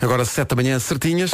Agora 7 da manhã, certinhas.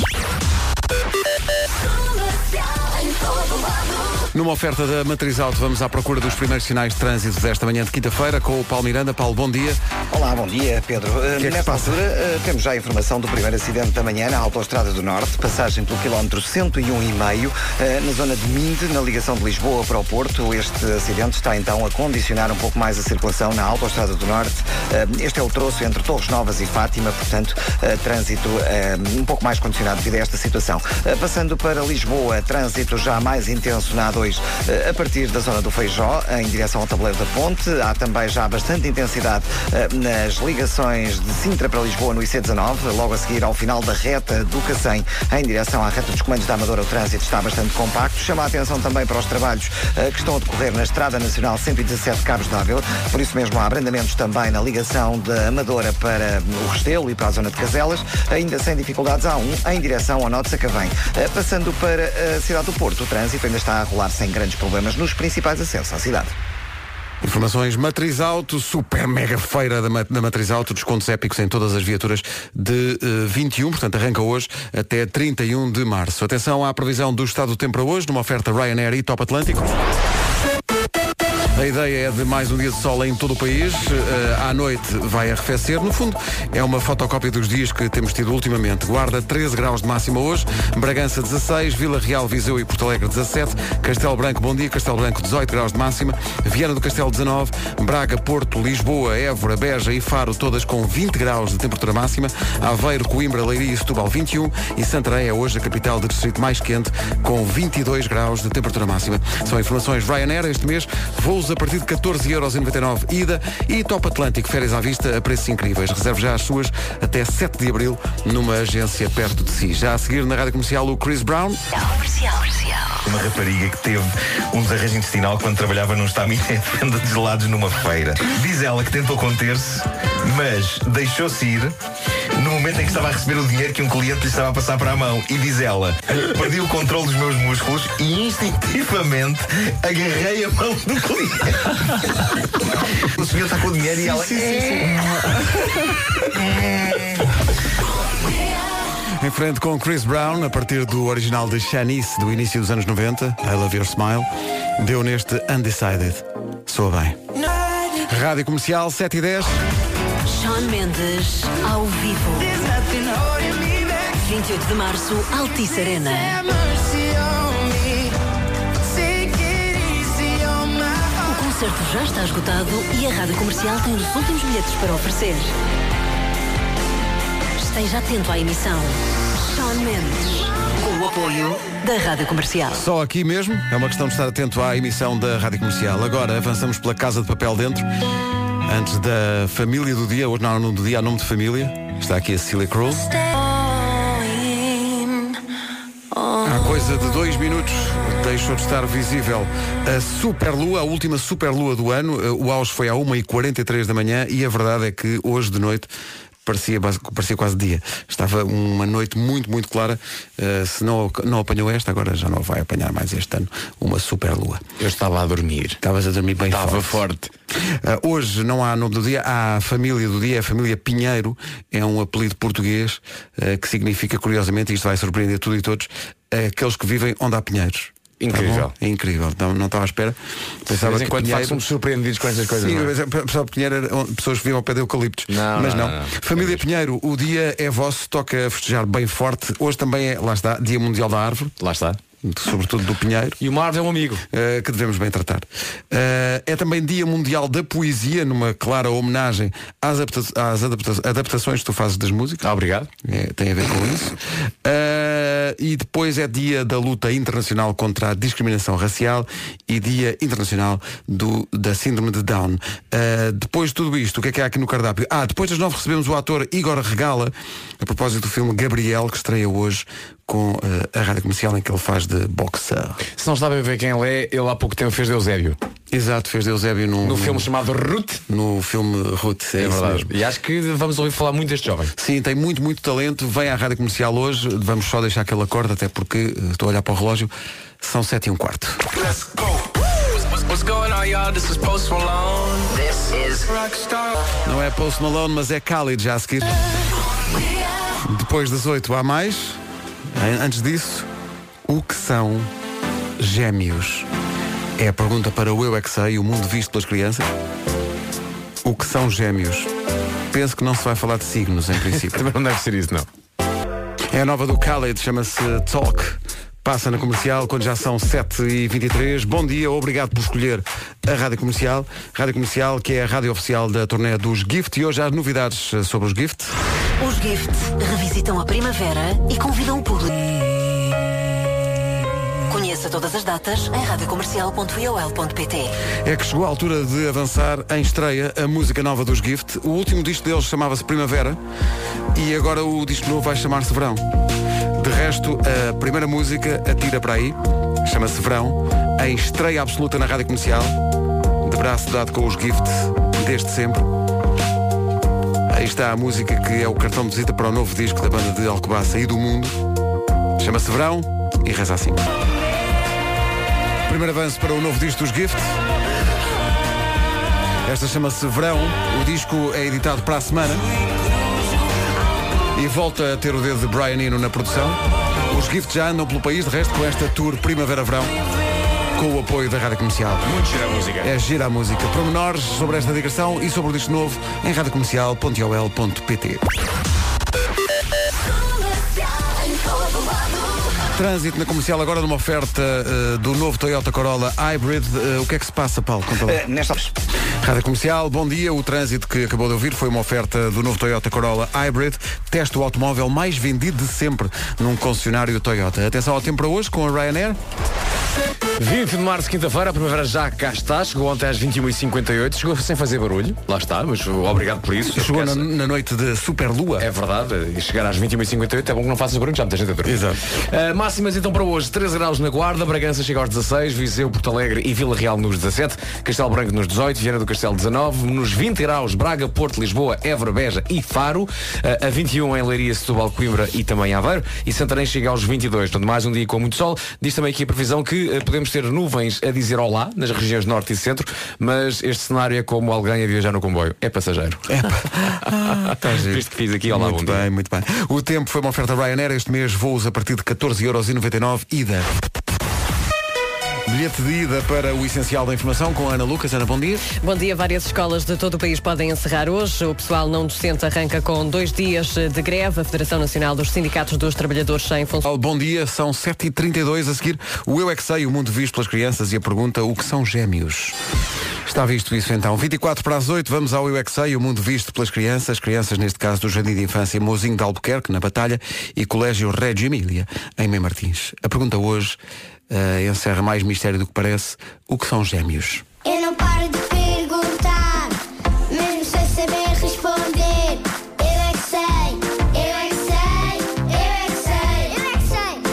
Numa oferta da Matriz Auto, vamos à procura dos primeiros sinais de trânsito desta manhã de quinta-feira com o Paulo Miranda. Paulo, bom dia. Olá, bom dia, Pedro. Nesta altura, temos já a informação do primeiro acidente da manhã na Autoestrada do Norte, passagem pelo quilómetro 101,5, na zona de Minde, na ligação de Lisboa para o Porto. Este acidente está então a condicionar um pouco mais a circulação na Autoestrada do Norte. Este é o troço entre Torres Novas e Fátima, portanto, trânsito um pouco mais condicionado devido a esta situação. Passando para Lisboa, trânsito já mais intenso na A2, a partir da zona do Feijó, em direção ao Tabuleiro da Ponte. Há também já bastante intensidade nas ligações de Sintra para Lisboa no IC19, logo a seguir ao final da reta do Cacém, em direção à reta dos Comandos da Amadora. O trânsito está bastante compacto. Chama a atenção também para os trabalhos que estão a decorrer na Estrada Nacional 117 Cabos de Ávila, por isso mesmo há abrandamentos também na ligação da Amadora para o Restelo e para a zona de Caselas, ainda sem dificuldades. Há em direção ao Nó de Sacavém. Passando para a cidade do Porto, o trânsito ainda está a rolar sem grandes problemas nos principais acessos à cidade. Informações Matriz Auto, super mega feira da Matriz Auto, descontos épicos em todas as viaturas de 21, portanto arranca hoje até 31 de março. Atenção à previsão do estado do tempo para hoje, numa oferta Ryanair e Top Atlântico. A ideia é de mais um dia de sol em todo o país. À noite vai arrefecer. No fundo, é uma fotocópia dos dias que temos tido ultimamente. Guarda 13 graus de máxima hoje, Bragança 16, Vila Real, Viseu e Porto Alegre 17, Castelo Branco, bom dia, Castelo Branco 18 graus de máxima, Viana do Castelo 19, Braga, Porto, Lisboa, Évora, Beja e Faro, todas com 20 graus de temperatura máxima, Aveiro, Coimbra, Leiria e Setúbal 21 e Santarém é hoje a capital do distrito mais quente com 22 graus de temperatura máxima. São informações Ryanair este mês, voos a partir de 14,99€ ida e Top Atlântico, férias à vista a preços incríveis. Reserve já as suas até 7 de abril numa agência perto de si. Já a seguir na Rádio Comercial o Chris Brown. Uma rapariga que teve um desarranjo intestinal quando trabalhava num estaminé de venda de gelados numa feira. Diz ela que tentou conter-se, mas deixou-se ir no momento em que estava a receber o dinheiro que um cliente lhe estava a passar para a mão. E diz ela, perdi o controle dos meus músculos e instintivamente agarrei a mão do cliente. O senhor está com o dinheiro e ela... Em frente com Chris Brown, a partir do original de Shanice, do início dos anos 90, I Love Your Smile, deu neste Undecided. Soa bem. Rádio Comercial 7:10. Shawn Mendes, ao vivo. 28 de março, Altice Arena. O concerto já está esgotado e a Rádio Comercial tem os últimos bilhetes para oferecer. Esteja atento à emissão. Shawn Mendes, com o apoio da Rádio Comercial. Só aqui mesmo, é uma questão de estar atento à emissão da Rádio Comercial. Agora avançamos pela Casa de Papel dentro. Antes da família do dia, hoje não há nome do dia, há nome de família. Está aqui a Cecilia Cruz. Há coisa de 2 minutos deixou de estar visível a superlua, a última superlua do ano. O auge foi à 1h43 da manhã e a verdade é que hoje de noite parecia quase dia. Estava uma noite muito, muito clara. Se não apanhou esta, agora já não vai apanhar mais este ano uma super lua. Eu estava a dormir. Estavas a dormir bem forte. Estava forte. Hoje não há nome do dia, há a família do dia, a família Pinheiro. É um apelido português que significa, curiosamente, e isto vai surpreender tudo e todos, aqueles que vivem onde há pinheiros. Incrível. É incrível. Não estava à espera. Pensava que enquanto Pinheiro... somos surpreendidos com essas coisas. Sim, pensava que Pinheiro era pessoas que viviam ao pé de eucaliptos. Mas não. Família Pinheiro, o dia é vosso, toca festejar bem forte. Hoje também é, lá está, Dia Mundial da Árvore. Lá está. Sobretudo do Pinheiro. E uma árvore é um amigo. Que devemos bem tratar. É também Dia Mundial da Poesia, numa clara homenagem às adaptações que tu fazes das músicas. Obrigado. Tem a ver com isso. E depois é Dia da Luta Internacional contra a Discriminação Racial e Dia Internacional da Síndrome de Down. Depois de tudo isto, o que é que há aqui no cardápio? Depois das 9 recebemos o ator Igor Regala, a propósito do filme Gabriel, que estreia hoje com a Rádio Comercial, em que ele faz de boxer. Se não está a ver quem ele é, ele há pouco tempo fez de Eusébio. Exato, fez de Eusébio no filme chamado Ruth. No filme Ruth, é verdade mesmo. E acho que vamos ouvir falar muito deste jovem. Sim, tem muito, muito talento. Vem à Rádio Comercial hoje. Vamos só deixar aquele acorde, até porque estou a olhar para o relógio. São 7:15. Let's go. What's going on, y'all? This is Post Malone. This is Rockstar. Não é Post Malone, mas é Khalid já a seguir. Depois das 8 há mais. Antes disso, o que são gêmeos? É a pergunta para o Eu É Que Sei, o mundo visto pelas crianças. O que são gêmeos? Penso que não se vai falar de signos, em princípio. Também não deve ser isso, não. É a nova do Khaled, chama-se Talk. Passa na Comercial quando já são 7h23. Bom dia, obrigado por escolher a Rádio Comercial. Rádio Comercial, que é a rádio oficial da turnê dos Gift. E hoje há novidades sobre os Gift. Os Gift revisitam a primavera e convidam o público. Conheça todas as datas em radiocomercial.iol.pt. É que chegou a altura de avançar em estreia a música nova dos Gift. O último disco deles chamava-se Primavera e agora o disco novo vai chamar-se Verão. De resto, a primeira música atira para aí, chama-se Verão, em estreia absoluta na Rádio Comercial, de braço dado com os Gift, desde sempre. Aí está a música que é o cartão de visita para o novo disco da banda de Alcobaça e do mundo. Chama-se Verão e reza assim. Primeiro avanço para o novo disco dos Gift. Esta chama-se Verão. O disco é editado para a semana e volta a ter o dedo de Brian Eno na produção. Os Gift já andam pelo país, de resto, com esta tour Primavera-Verão, com o apoio da Rádio Comercial. Muito gira a música. É gira a música. Pormenores sobre esta digressão e sobre o disco novo em radiocomercial.iol.pt. Trânsito na Comercial agora numa oferta do novo Toyota Corolla Hybrid. O que é que se passa, Paulo? Nesta... Rádio Comercial, bom dia. O trânsito que acabou de ouvir foi uma oferta do novo Toyota Corolla Hybrid. Teste o automóvel mais vendido de sempre num concessionário Toyota. Atenção ao tempo para hoje com a Ryanair. 20 de março, quinta-feira, a primavera já cá está. Chegou ontem às 21h58. Chegou sem fazer barulho. Lá está, mas obrigado por isso. Chegou na noite de super lua. É verdade. E chegar às 21h58 é bom que não faças barulho, já muita gente a dormir. Exato. Máximas então para hoje. 13 graus na Guarda, Bragança chega aos 16, Viseu, Porto Alegre e Vila Real nos 17, Castelo Branco nos 18, Viana do Castelo 19, nos 20 graus Braga, Porto, Lisboa, Évora, Beja e Faro, a 21 em Leiria, Setúbal, Coimbra e também Aveiro, e Santarém chega aos 22. Portanto, mais um dia com muito sol. Diz também aqui a previsão que podemos ter nuvens a dizer olá nas regiões norte e centro, mas este cenário é como alguém a viajar no comboio. É passageiro. Visto que fiz aqui, olá, muito bom bem, dia. muito bem. O tempo foi uma oferta Ryanair. Este mês voos a partir de 14,99€ ida. Bilhete de ida para o essencial da informação com a Ana Lucas. Ana, bom dia. Bom dia. Várias escolas de todo o país podem encerrar hoje. O pessoal não docente arranca com 2 dias de greve. A Federação Nacional dos Sindicatos dos Trabalhadores sem função. Bom dia, são 7h32 a seguir. O Eu É Que Sei, o mundo visto pelas crianças e a pergunta, o que são gêmeos? Está visto isso então. 24 para as 8, vamos ao Eu É Que Sei, o mundo visto pelas crianças. Crianças, neste caso, do Jardim de Infância Mozinho de Albuquerque, na Batalha, e Colégio Reggio Emília, em Mem Martins. A pergunta hoje encerra mais mistério do que parece. O que são gêmeos? Eu não paro de perguntar, mesmo sem saber responder. Eu é que sei, eu é que sei, eu é que sei, eu é que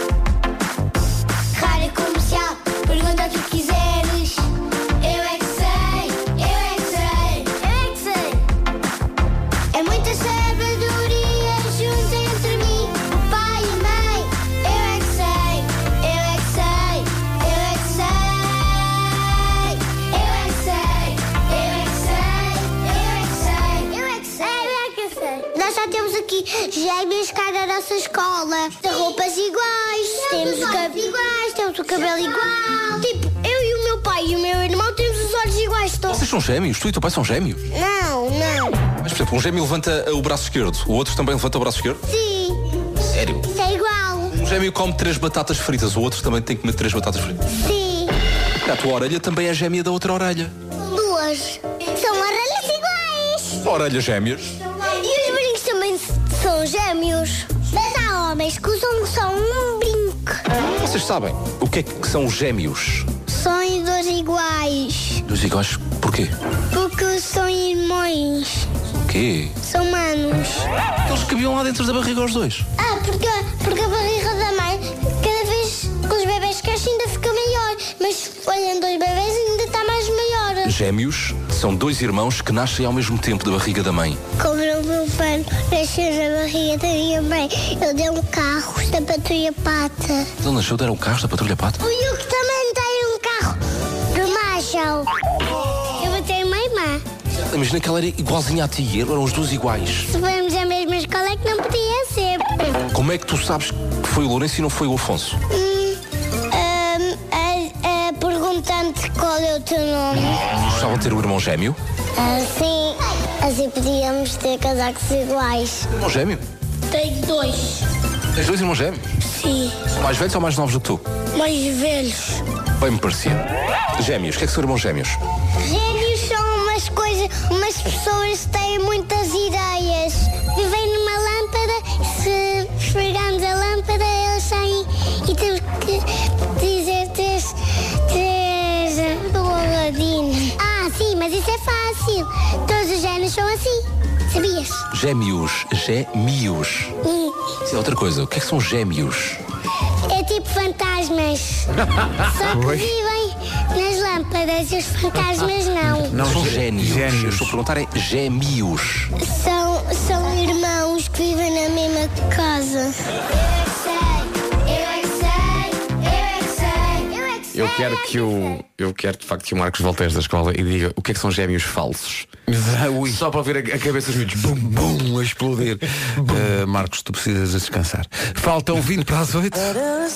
sei. Rádio Comercial, pergunta o que quiseres. Eu é que sei, eu é que sei, eu é que sei. É muita sabedoria junto entre mim, o pai e a mãe. Eu é que sei, eu é que sei, eu é que sei. Eu é que sei, eu é que sei, eu é que sei, eu é que sei, eu é que sei. Nós já temos aqui gêmeos cá na nossa escola. De roupas iguais, temos o cabelo iguais, temos o cabelo igual. Tipo, eu e o meu pai e o meu irmão temos os olhos iguais todos. Vocês são gêmeos? Tu e o teu pai são gêmeos? Não, não. Mas, por exemplo, um gêmeo levanta o braço esquerdo, o outro também levanta o braço esquerdo? Sim, Sério? é igual. Um gêmeo come 3 batatas fritas, o outro também tem que comer 3 batatas fritas. Sim, A tua orelha também é gêmea da outra orelha. duas. São orelhas iguais. Orelhas gêmeas? E os brincos também são gêmeos. Mas há homens que usam só um brinco. Vocês sabem o que é que são gêmeos? São dois iguais. Dos iguais, porquê? Porque são irmãos. O quê? São manos. Eles cabiam lá dentro da barriga os dois. Ah, porque a barriga da mãe, cada vez que os bebés crescem, ainda fica maior. Mas olhando 2 bebés, ainda está mais maior. Gêmeos são 2 irmãos que nascem ao mesmo tempo da barriga da mãe. Como o meu pai nasceu na barriga da minha mãe, eu dei um carro da Patrulha Pata. Ele nasceu, deram carros da Patrulha Pata? O Yuki também tem um carro do Marshall. Eu vou ter uma irmã. Imagina que ela era igualzinha a ti, eram os 2 iguais. Se formos à mesma escola é que não podia ser. Como é que tu sabes que foi o Lourenço e não foi o Afonso? Perguntando qual é o teu nome. Gostava de ter o irmão gêmeo? Sim, assim podíamos ter casacos iguais. Irmão gêmeo? Tenho 2. Tens 2 irmãos gêmeos? Sim, São mais velhos ou mais novos do que tu? mais velhos. Bem me parecia. Gêmeos, o que é que são irmãos gêmeos? Gêmeos são umas coisas, umas pessoas que têm muitas ideias. Vivem numa lâmpada, se esfregamos a lâmpada, eles saem e temos que dizer três do Aladino. Ah, sim, mas isso é fácil. Todos os gêmeos são assim. Sabias? Gêmeos. Isso é outra coisa. O que é que são gêmeos? É tipo fantasmas. Só que vivem nas lâmpadas e os fantasmas não. Não são génios. Eu estou a perguntar é gêmeos. São irmãos que vivem na mesma casa. Eu quero de facto que o Marcos volte a esta escola e diga o que é que são gêmeos falsos. Só para ouvir a cabeça dos miúdos. Bum, bum, a explodir. Marcos, tu precisas descansar. Faltam 20 para as 8.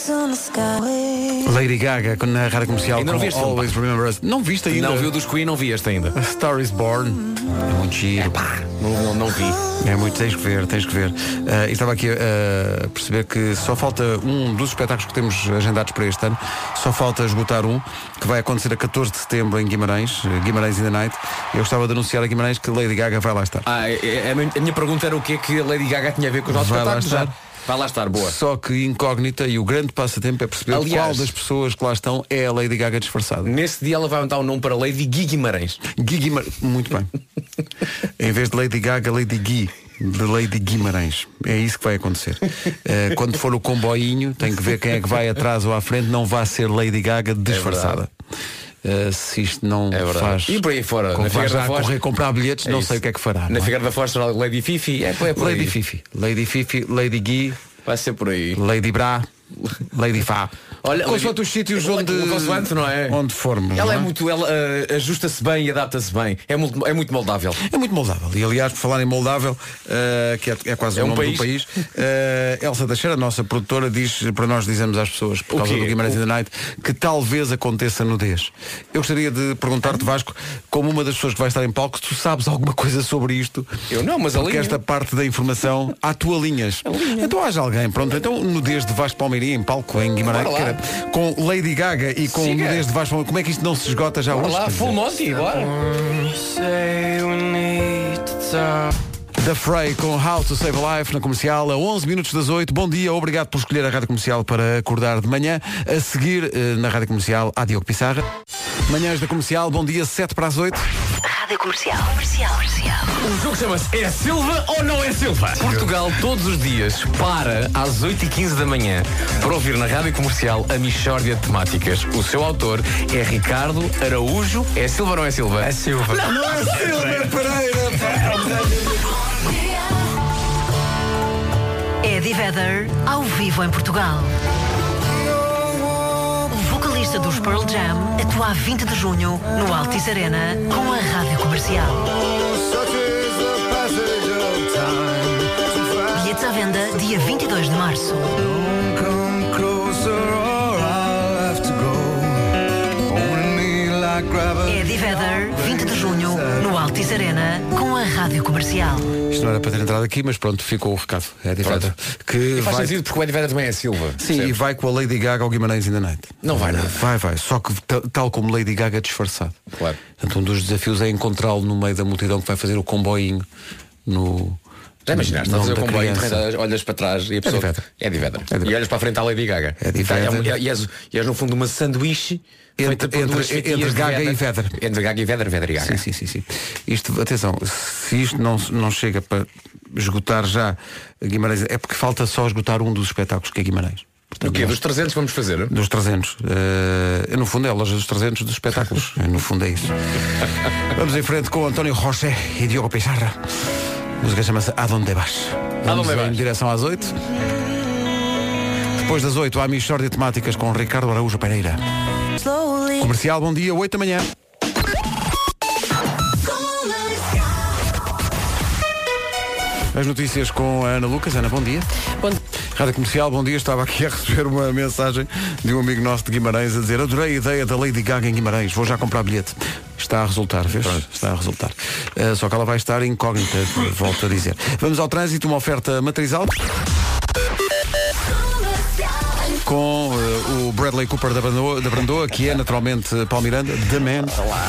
Lady Gaga na rádio comercial. Ainda não viste, Always Remember Us. Não viste ainda? Não vi o dos Queen, não vi este ainda. A Star is Born. É muito giro. Não vi. É muito, tens que ver. E estava aqui a perceber que só falta um dos espetáculos que temos agendados para este ano. Só falta esgotar um, que vai acontecer a 14 de setembro em Guimarães in the Night. Eu gostava de anunciar a Guimarães que Lady Gaga vai lá estar. A minha pergunta era o que é que a Lady Gaga tinha a ver com os nossos espetáculos. Vai lá estar, boa. Só que incógnita, e o grande passatempo é perceber qual das pessoas que lá estão é a Lady Gaga disfarçada. Nesse dia ela vai montar um nome para Lady Gui Guimarães. Muito bem. Em vez de Lady Gaga, Lady Gui. De Lady Guimarães. É isso que vai acontecer. Quando for o comboinho, tem que ver quem é que vai atrás ou à frente. Não vai ser Lady Gaga disfarçada. Se isto não faz. E por aí fora, na Figueira da Foz, correr comprar bilhetes, não sei o que é que fará. Na Figueira da Foz será Lady Fifi. É por Lady aí. Fifi, Lady Gui. Vai ser por aí. Lady Bra, Lady Fá. Olha, consoante os sítios não é? Onde formos. Ela ajusta-se bem e adapta-se bem. É muito moldável. É muito moldável. E aliás, por falar em moldável, que é quase o nome do país, Elsa Teixeira, a nossa produtora, diz, para nós dizemos às pessoas, por causa do Guimarães in the Night, que talvez aconteça nudez. Eu gostaria de perguntar-te, Vasco, como uma das pessoas que vai estar em palco, tu sabes alguma coisa sobre isto? Eu não, mas porque esta parte da informação há tua linhas. Então haja alguém, pronto, então nudez de Vasco Palmeirinho em palco em Guimarães, com Lady Gaga e com nudez de Vasco Palmeirinho, como é que isto não se esgota já hoje? Lá, full Monty, bora. The Frey com How to Save a Life na comercial a 11 minutos das 8. Bom dia, obrigado por escolher a Rádio Comercial para acordar de manhã. A seguir na Rádio Comercial há Diogo Pissarra. Manhãs da Comercial, bom dia, 7 para as 8. Rádio Comercial. O jogo chama-se É Silva ou não é Silva? Portugal todos os dias para às 8h15 da manhã para ouvir na Rádio Comercial a Mixórdia de Temáticas. O seu autor é Ricardo Araújo. É Silva ou não é Silva? É Silva. Não é Silva Pereira. Eddie Vedder, ao vivo em Portugal. O vocalista dos Pearl Jam atua a 20 de junho no Altice Arena com a Rádio Comercial. Bilhetes à venda dia 22 de março. Eddie Vedder, 20 de junho no Altice Arena com a Rádio Comercial. Isto não era para ter entrado aqui, mas pronto, ficou o recado. Eddie Vedder. E faz sentido porque o Eddie Vedder também é Silva. Sim, percebes? E vai com a Lady Gaga ao Guimarães in the Night. Não vai nada. Vai. Só que tal como Lady Gaga disfarçado. Claro. Portanto, um dos desafios é encontrá-lo no meio da multidão que vai fazer o comboinho no... Já imaginaste, estás a fazer o comboio, olhas para trás e a pessoa... Eddie Vedder. E olhas para a frente à Lady Gaga. E és no fundo uma sanduíche entre Gaga e Vedder. Entre Gaga e Vedder, Vedder e Gaga. Sim. Isto, atenção, se isto não chega para esgotar já Guimarães, é porque falta só esgotar um dos espetáculos que é Guimarães. Portanto, o quê? Dos 300 vamos fazer? Dos 300. No fundo é a loja dos 300 dos espetáculos. No fundo é isso. Vamos em frente com António Roché e Diogo Pissarra. A música chama-se Adonde Vas. Vamos em direção às 8. Depois das 8 há a Mixórdia de Temáticas com Ricardo Araújo Pereira. Comercial, bom dia, 8 da manhã. As notícias com a Ana Lucas. Ana, bom dia. Rádio Comercial, bom dia. Estava aqui a receber uma mensagem de um amigo nosso de Guimarães a dizer: adorei a ideia da Lady Gaga em Guimarães, vou já comprar bilhete. Está a resultar, vês? Está a resultar. Só que ela vai estar incógnita, volto a dizer. Vamos ao trânsito, uma oferta Matriz Alto. Com o Bradley Cooper da Brandoa, que é naturalmente Paulo Miranda, The Man.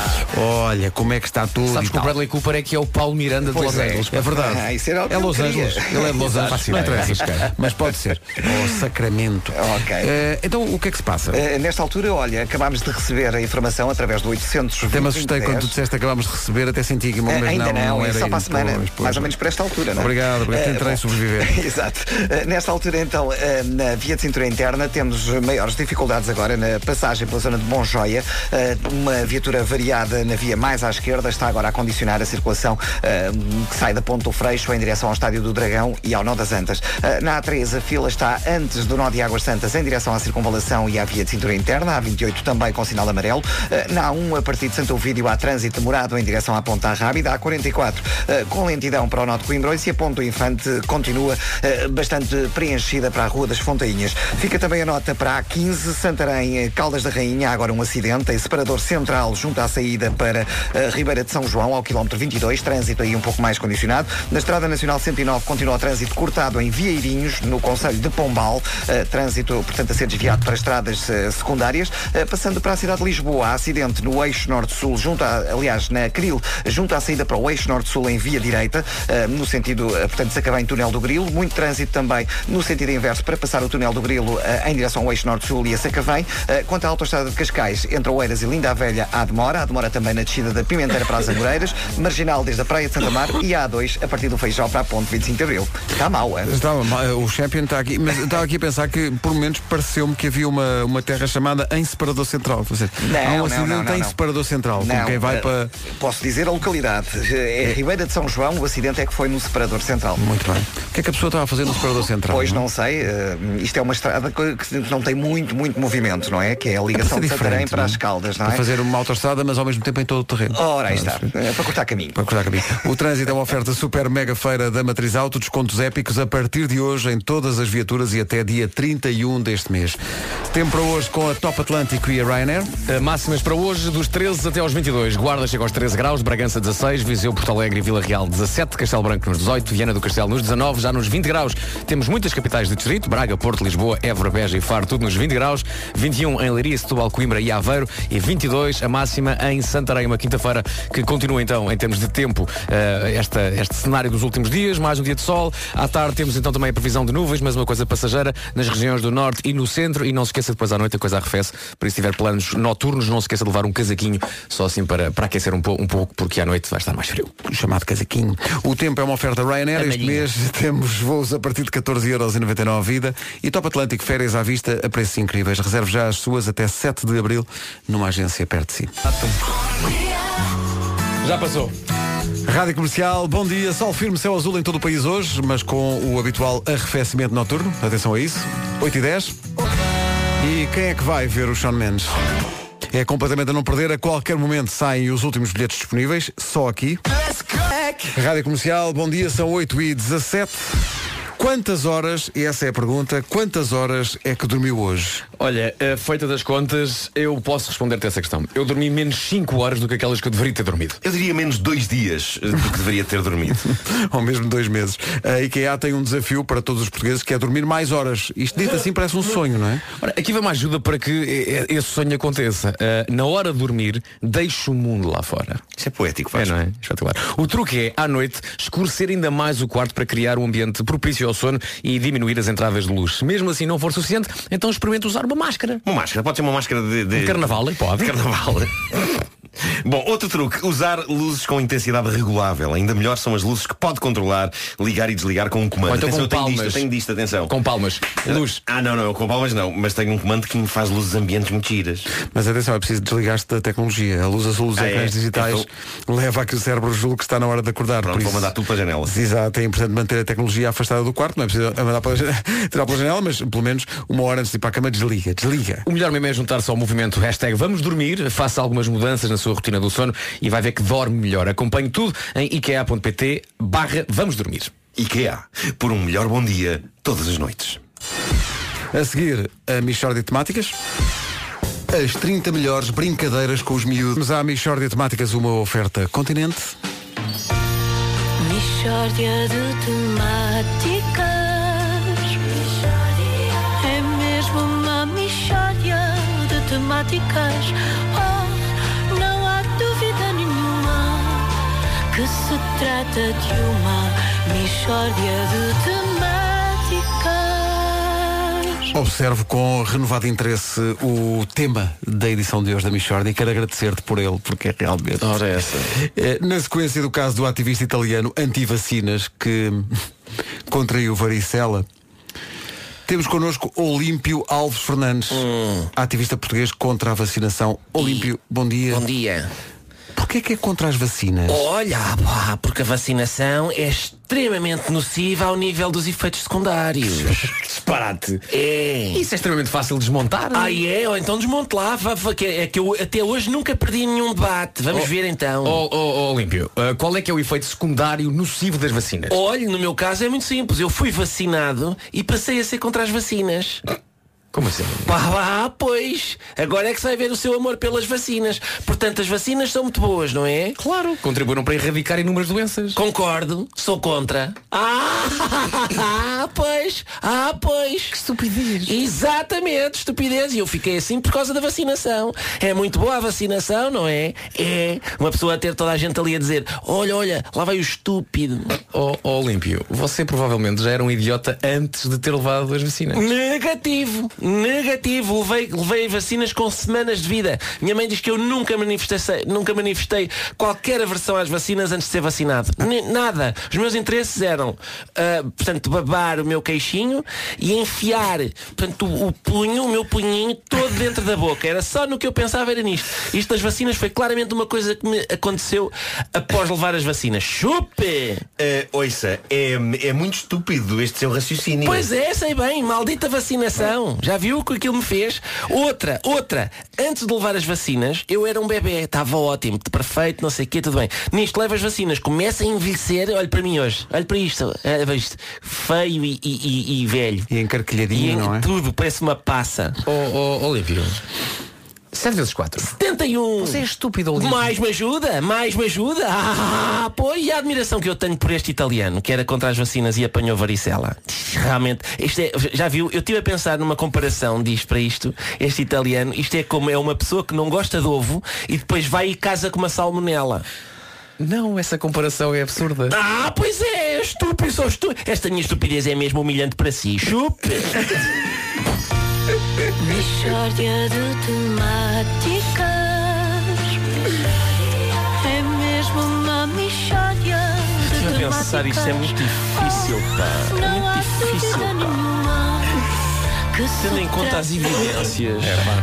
Olha, como é que está tudo. Sabes que o Bradley Cooper é que é o Paulo Miranda de Los Angeles. É verdade. Isso era o que É eu Los queria. Angeles. Ele é de Los Angeles. Não interessa. Mas pode ser. O Sacramento. Ok. Então, o que é que se passa? Nesta altura, olha, acabámos de receber a informação através do 800. Até me assustei quando tu disseste que acabámos de receber, até senti que mas ainda não era só para a semana, pois. mais ou menos para esta altura, não é? Obrigado, tentarei sobreviver. Exato. Nesta altura, então, na via de cintura interna, temos maiores dificuldades agora na passagem pela zona de Monjoia. Uma viatura variada na via mais à esquerda está agora a condicionar a circulação que sai da Ponte do Freixo em direção ao Estádio do Dragão e ao Nó das Antas. Na A3, a fila está antes do Nó de Águas Santas em direção à circunvalação e à via de cintura interna. A A28 também com sinal amarelo. Na A1, a partir de Santo Ovídio, há trânsito demorado em direção à Ponta Rábida. A A44 com lentidão para o Nó de Coimbrões e a Ponte do Infante continua bastante preenchida para a Rua das Fontainhas. Fica também a nota para a A15, Santarém, Caldas da Rainha. Há agora um acidente em separador central junto à saída para Ribeira de São João, ao quilómetro 22, trânsito aí um pouco mais condicionado. Na Estrada Nacional 109 continua o trânsito cortado em Vieirinhos, no concelho de Pombal, trânsito, portanto, a ser desviado para estradas secundárias. Passando para a cidade de Lisboa, há acidente no eixo norte-sul, aliás, na Cril, junto à saída para o eixo norte-sul em via direita, no sentido, portanto, Sacavém, túnel do Grilo. Muito trânsito também no sentido inverso para passar o túnel do Grilo em direção ao eixo norte-sul e a Sacavém. Quanto à autoestrada de Cascais, entre Oeiras e Linda a Velha, há demora também na descida da Pimenteira para as Amoreiras, marginal desde a Praia de Santa Mar e a A2 a partir do Feijó para a Ponte 25 de Abril. Está mal, é? Estava mal, o Champion está aqui, mas estava aqui a pensar que por momentos pareceu-me que havia uma terra chamada em Separador Central. Há um acidente em Separador Central, como quem vai para... Posso dizer a localidade. É Ribeira de São João, o acidente é que foi no Separador Central. Muito bem. O que é que a pessoa estava a fazer no Separador Central? Pois não sei. Isto é uma estrada que não tem muito movimento, não é? Que é a ligação de Santarém para as Caldas, não é? Para fazer uma autoestrada, mas ao mesmo tempo em todo o terreno. Ora, aí está. Para cortar caminho. O trânsito é uma oferta super mega feira da Matriz Auto, descontos épicos a partir de hoje em todas as viaturas e até dia 31 deste mês. Tempo para hoje com a Top Atlântico e a Ryanair. Máximas para hoje dos 13 até aos 22. Guarda chega aos 13 graus, Bragança 16, Viseu, Porto Alegre e Vila Real 17, Castelo Branco nos 18, Viana do Castelo nos 19, já nos 20 graus. Temos muitas capitais de distrito, Braga, Porto, Lisboa, Évora, Beja e Faro, tudo nos 20 graus, 21 em Leiria, Setúbal, Coimbra e Aveiro e 22 a máxima em Santarém, uma quinta-feira que continua então em termos de tempo este cenário dos últimos dias, mais um dia de sol. À tarde temos então também a previsão de nuvens, mas uma coisa passageira nas regiões do norte e no centro, e não se esqueça depois à noite a coisa arrefece, por isso se tiver planos noturnos não se esqueça de levar um casaquinho só assim para aquecer um pouco, porque à noite vai estar mais frio. O chamado casaquinho. O tempo é uma oferta Ryanair. Este mês temos voos a partir de 14,99€ a vida e Top Atlântico, férias à vista a preços incríveis. Reserve já as suas até 7 de abril numa agência perto de si. Já passou. Rádio Comercial, bom dia. Sol firme, céu azul em todo o país hoje, mas com o habitual arrefecimento noturno. Atenção a isso. 8h10. E quem é que vai ver o Shawn Mendes? É completamente a não perder. A qualquer momento saem os últimos bilhetes disponíveis. Só aqui. Rádio Comercial, bom dia. São 8h17. Quantas horas, e essa é a pergunta, quantas horas é que dormiu hoje? Olha, feita das contas, eu posso responder-te essa questão. Eu dormi menos 5 horas do que aquelas que eu deveria ter dormido. Eu diria menos 2 dias do que deveria ter dormido. Ou mesmo 2 meses. A IKEA tem um desafio para todos os portugueses, que é dormir mais horas. Isto dito assim parece um sonho, não é? Ora, aqui vai uma ajuda para que esse sonho aconteça. Na hora de dormir, deixe o mundo lá fora. Isso é poético, faz. É, não é? Espetacular. O truque é, à noite, escurecer ainda mais o quarto para criar um ambiente propício ao sono e diminuir as entradas de luz. Se mesmo assim não for suficiente, então experimente usar uma máscara. Uma máscara, pode ser uma máscara de carnaval, pode. Carnaval. Bom, outro truque, usar luzes com intensidade regulável. Ainda melhor são as luzes que pode controlar, ligar e desligar com um comando. Então atenção, com eu tenho disto, atenção. Com palmas. Luz. Não, com palmas não, mas tenho um comando que me faz luzes ambientes muito giras. Mas atenção, é preciso desligar-se da tecnologia. A luz azul dos ecrãs digitais leva a que o cérebro julgue que está na hora de acordar. Pronto, vou mandar tudo para a janela. Exato, é importante manter a tecnologia afastada do quarto. Não é preciso mandar tirar pela janela, mas pelo menos uma hora antes de ir para a cama desliga. O melhor mesmo é juntar-se ao movimento #Vamos Dormir, faça algumas mudanças na sua rotina do sono e vai ver que dorme melhor. Acompanhe tudo em ikea.pt/Vamos Dormir. IKEA, por um melhor bom dia todas as noites. A seguir, a Mixórdia de Temáticas. As 30 melhores brincadeiras com os miúdos. Vamos à Mixórdia de Temáticas, uma oferta Continente. Mixórdia de Temáticas. É mesmo uma mixórdia de temáticas. Oh, não há dúvida nenhuma que se trata de uma mixórdia de temáticas. Observo com renovado interesse o tema da edição de hoje da Mixórdia e quero agradecer-te por ele, porque é realmente... Ora essa. Na sequência do caso do ativista italiano anti-vacinas que contraiu varicela, temos connosco Olímpio Alves Fernandes, ativista português contra a vacinação. Olímpio, bom dia. Bom dia. Porquê é que é contra as vacinas? Olha, porque a vacinação é extremamente nociva ao nível dos efeitos secundários. Disparate. É. Isso é extremamente fácil de desmontar. Ah, é? Ou então desmonte lá. É que eu até hoje nunca perdi nenhum debate. Vamos ver então. Olímpio, qual é que é o efeito secundário nocivo das vacinas? Olha, no meu caso é muito simples. Eu fui vacinado e passei a ser contra as vacinas. Como assim? Pois. Agora é que se vai ver o seu amor pelas vacinas. Portanto, as vacinas são muito boas, não é? Claro. Contribuíram para erradicar inúmeras doenças. Concordo. Sou contra. Pois. Que estupidez. Exatamente, estupidez. E eu fiquei assim por causa da vacinação. É muito boa a vacinação, não é? É. Uma pessoa a ter toda a gente ali a dizer: olha, lá vai o estúpido. Olímpio, você provavelmente já era um idiota antes de ter levado as vacinas. Negativo. Levei vacinas com semanas de vida. Minha mãe diz que eu nunca manifestei qualquer aversão às vacinas antes de ser vacinado. Nada. Os meus interesses eram portanto, babar o meu queixinho e enfiar, portanto, o meu punhinho todo dentro da boca. Era só no que eu pensava, era nisto. Isto das vacinas foi claramente uma coisa que me aconteceu após levar as vacinas. Chupe! Ouça, é muito estúpido este seu raciocínio. Pois é, sei bem, maldita vacinação. Já viu o que aquilo me fez? Outra. Antes de levar as vacinas, eu era um bebê. Estava ótimo, perfeito, não sei o quê, tudo bem. Nisto, levo as vacinas, começa a envelhecer. Olha para mim hoje. Olha para isto. Feio e velho. E encarquilhadinho, não é? Tudo, parece uma passa. Olímpio. 7 vezes 4. 71. Você é estúpido, Olímpio. Mais me ajuda. Pois, e a admiração que eu tenho por este italiano, que era contra as vacinas e apanhou varicela. Realmente, isto é, já viu, eu estive a pensar numa comparação disto para isto. Este italiano, isto é como é uma pessoa que não gosta de ovo e depois vai e casa com uma salmonela. Não, essa comparação é absurda. Pois é, estúpido, sou estúpido. Esta minha estupidez é mesmo humilhante para si. Chupe. Mixórdia de temáticas. É mesmo uma mixórdia de temáticas. Eu pensar isto é muito difícil, pá. É muito difícil, pá. Tendo em conta as evidências.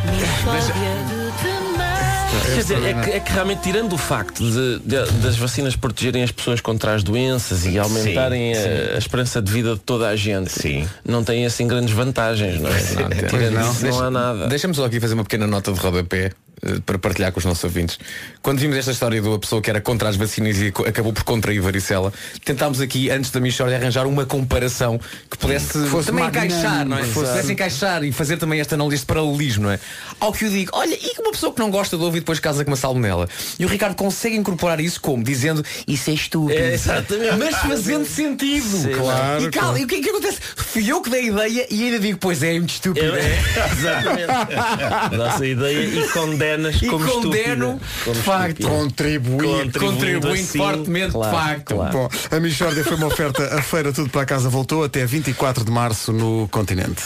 Quer dizer, é que realmente, tirando o facto das vacinas protegerem as pessoas contra as doenças e aumentarem a esperança de vida de toda a gente, não tem assim grandes vantagens, não é? Não há nada. Deixa-me só aqui fazer uma pequena nota de rodapé para partilhar com os nossos ouvintes. Quando vimos esta história de uma pessoa que era contra as vacinas e acabou por contrair varicela, tentámos aqui, antes da Mixórdia, arranjar uma comparação que pudesse também encaixar, não é? Pudesse encaixar e fazer também esta análise de paralelismo, não é? Ao que eu digo, olha, e uma pessoa que não gosta de ouvir depois casa com uma salmonela. E o Ricardo consegue incorporar isso como? Dizendo, isso é estúpido. Exatamente. Mas fazendo sentido. Sim, claro. E o que é que acontece? Fui eu que dei a ideia e ainda digo, pois é muito estúpido. Exatamente. Nossa ideia e condenas como condeno, de facto, contribuindo assim, fortemente, de facto. Bom, a Mixórdia foi uma oferta. A feira Tudo para Casa voltou até 24 de março no Continente.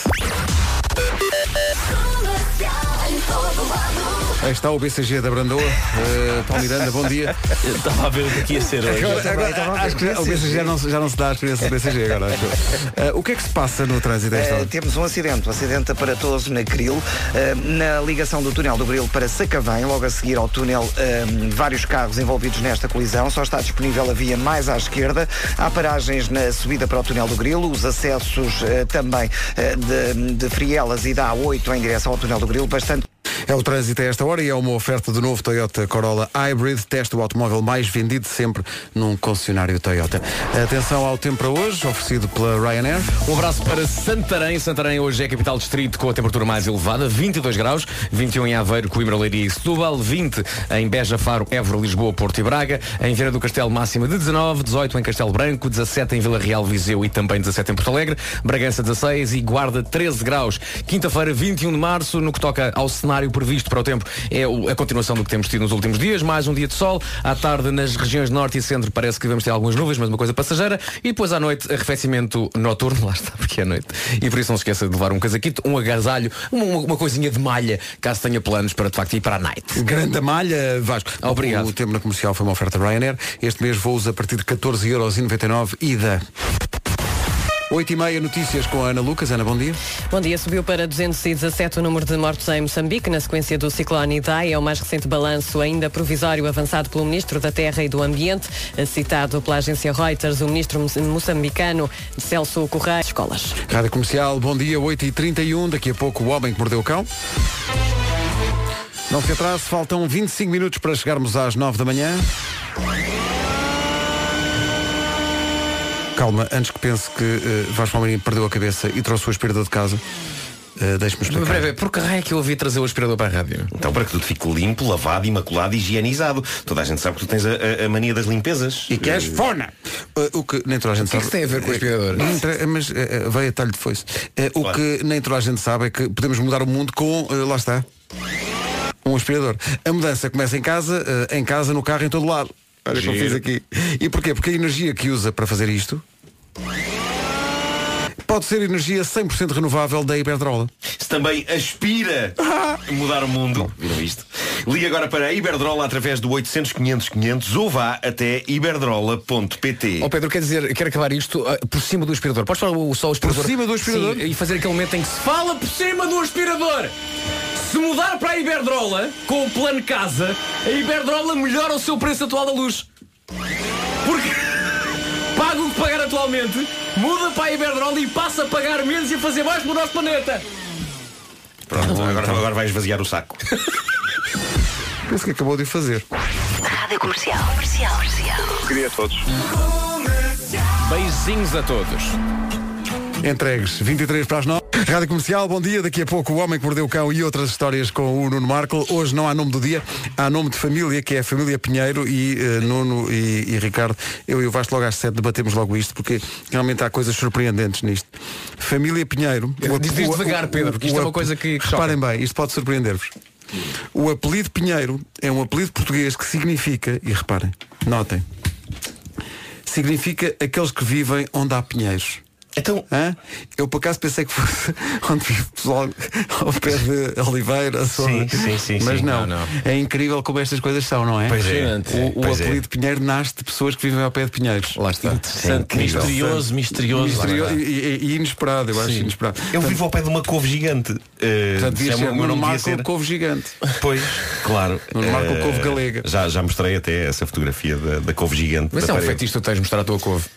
Aí está o BCG da Brandoa. Paulo Miranda, bom dia. Eu estava a ver o que ia ser hoje. Agora, acho que o BCG já não se dá a experiência do BCG agora. O que é que se passa no trânsito desta hora? Temos um acidente aparatoso na Cril, na ligação do túnel do Grilo para Sacavém, logo a seguir ao túnel, vários carros envolvidos nesta colisão. Só está disponível a via mais à esquerda. Há paragens na subida para o túnel do Grilo, os acessos também de Frielas e da A8 em direção ao túnel do Grilo, bastante. É o trânsito a esta hora e é uma oferta do novo Toyota Corolla Hybrid. Teste o automóvel mais vendido sempre num concessionário Toyota. Atenção ao tempo para hoje, oferecido pela Ryanair. Um abraço para Santarém. Santarém hoje é a capital distrito com a temperatura mais elevada, 22 graus, 21 em Aveiro, Coimbra, Leiria e Setúbal, 20 em Beja, Faro, Évora, Lisboa, Porto e Braga, em Viana do Castelo máxima de 19, 18 em Castelo Branco, 17 em Vila Real, Viseu e também 17 em Porto Alegre, Bragança 16 e Guarda 13 graus. Quinta-feira, 21 de março, no que toca ao cenário previsto para o tempo, é a continuação do que temos tido nos últimos dias, mais um dia de sol, à tarde nas regiões norte e centro parece que vamos ter algumas nuvens, mas uma coisa passageira, e depois à noite arrefecimento noturno, lá está, porque é noite, e por isso não se esqueça de levar um casaquito, um agasalho, uma coisinha de malha, caso tenha planos para de facto ir para a night. Grande malha, Vasco. Obrigado. O tempo na comercial foi uma oferta Ryanair. Este mês voos a partir de 14,99€ ida. 8h30, notícias com a Ana Lucas. Ana, bom dia. Bom dia. Subiu para 217 o número de mortos em Moçambique, na sequência do ciclone Idai. É o mais recente balanço ainda provisório avançado pelo Ministro da Terra e do Ambiente. Citado pela agência Reuters, o Ministro moçambicano Celso Correia. Escolas. Rádio Comercial, bom dia, 8h31. Daqui a pouco o Homem que Mordeu o Cão. Não se atrase, faltam 25 minutos para chegarmos às 9 da manhã. Calma, antes que pense que Vasco Palmeirinho perdeu a cabeça e trouxe o aspirador de casa, deixe-me explicar. Breve, por que raio é que eu ouvi trazer o aspirador para a rádio? Então, para que tudo fique limpo, lavado, imaculado e higienizado. Toda a gente sabe que tu tens a mania das limpezas. E que és fona! O que nem toda a gente sabe. O que é que tem a ver com o aspirador? Mas veio a talho de foice. O claro. Que nem toda a gente sabe é que podemos mudar o mundo com, lá está, um aspirador. A mudança começa em casa, no carro, em todo lado. Olha o que eu fiz aqui. E porquê? Porque a energia que usa para fazer isto pode ser energia 100% renovável da Iberdrola. Se também aspira a mudar o mundo, viram isto? Ligue agora para a Iberdrola através do 800-500-500 ou vá até iberdrola.pt. Pedro, quer dizer, quero acabar isto por cima do aspirador. Podes falar só o aspirador? Por cima do aspirador? Sim, e fazer aquele momento em que se fala por cima do aspirador. Se mudar para a Iberdrola, com o plano casa, a Iberdrola melhora o seu preço atual da luz. Porque paga o que pagar atualmente, muda para a Iberdrola e passa a pagar menos e a fazer mais pelo nosso planeta. Pronto, agora vai esvaziar o saco. Penso que acabou de fazer. Rádio Comercial. Queria a todos. Beijinhos a todos. Entregues, 23 para as 9. Rádio Comercial, bom dia. Daqui a pouco o Homem que Mordeu o Cão e outras histórias com o Nuno Marco. Hoje não há nome do dia, há nome de família, que é a família Pinheiro e Nuno e Ricardo. Eu e o Vasco logo às 7 debatemos logo isto, porque realmente há coisas surpreendentes nisto. Família Pinheiro. Diz devagar, Pedro, porque isto é uma coisa que reparem bem, isto pode surpreender-vos. O apelido Pinheiro é um apelido português que significa, e reparem, notem, significa aqueles que vivem onde há pinheiros. Então, eu por acaso pensei que fosse onde vive o pessoal ao pé de Oliveira. Sim, mas não. É incrível como estas coisas são, não é? Pois é. O apelido Pinheiro nasce de pessoas que vivem ao pé de pinheiros. Lá está. Interessante, misterioso. E inesperado, eu acho inesperado. Eu vivo ao pé de uma couve gigante. Portanto, devia ser Nuno Marco couve gigante. Pois, claro. Nuno Marco couve galega. Já mostrei até essa fotografia da couve gigante. Mas é um feitiço, tu tens de mostrar a tua couve.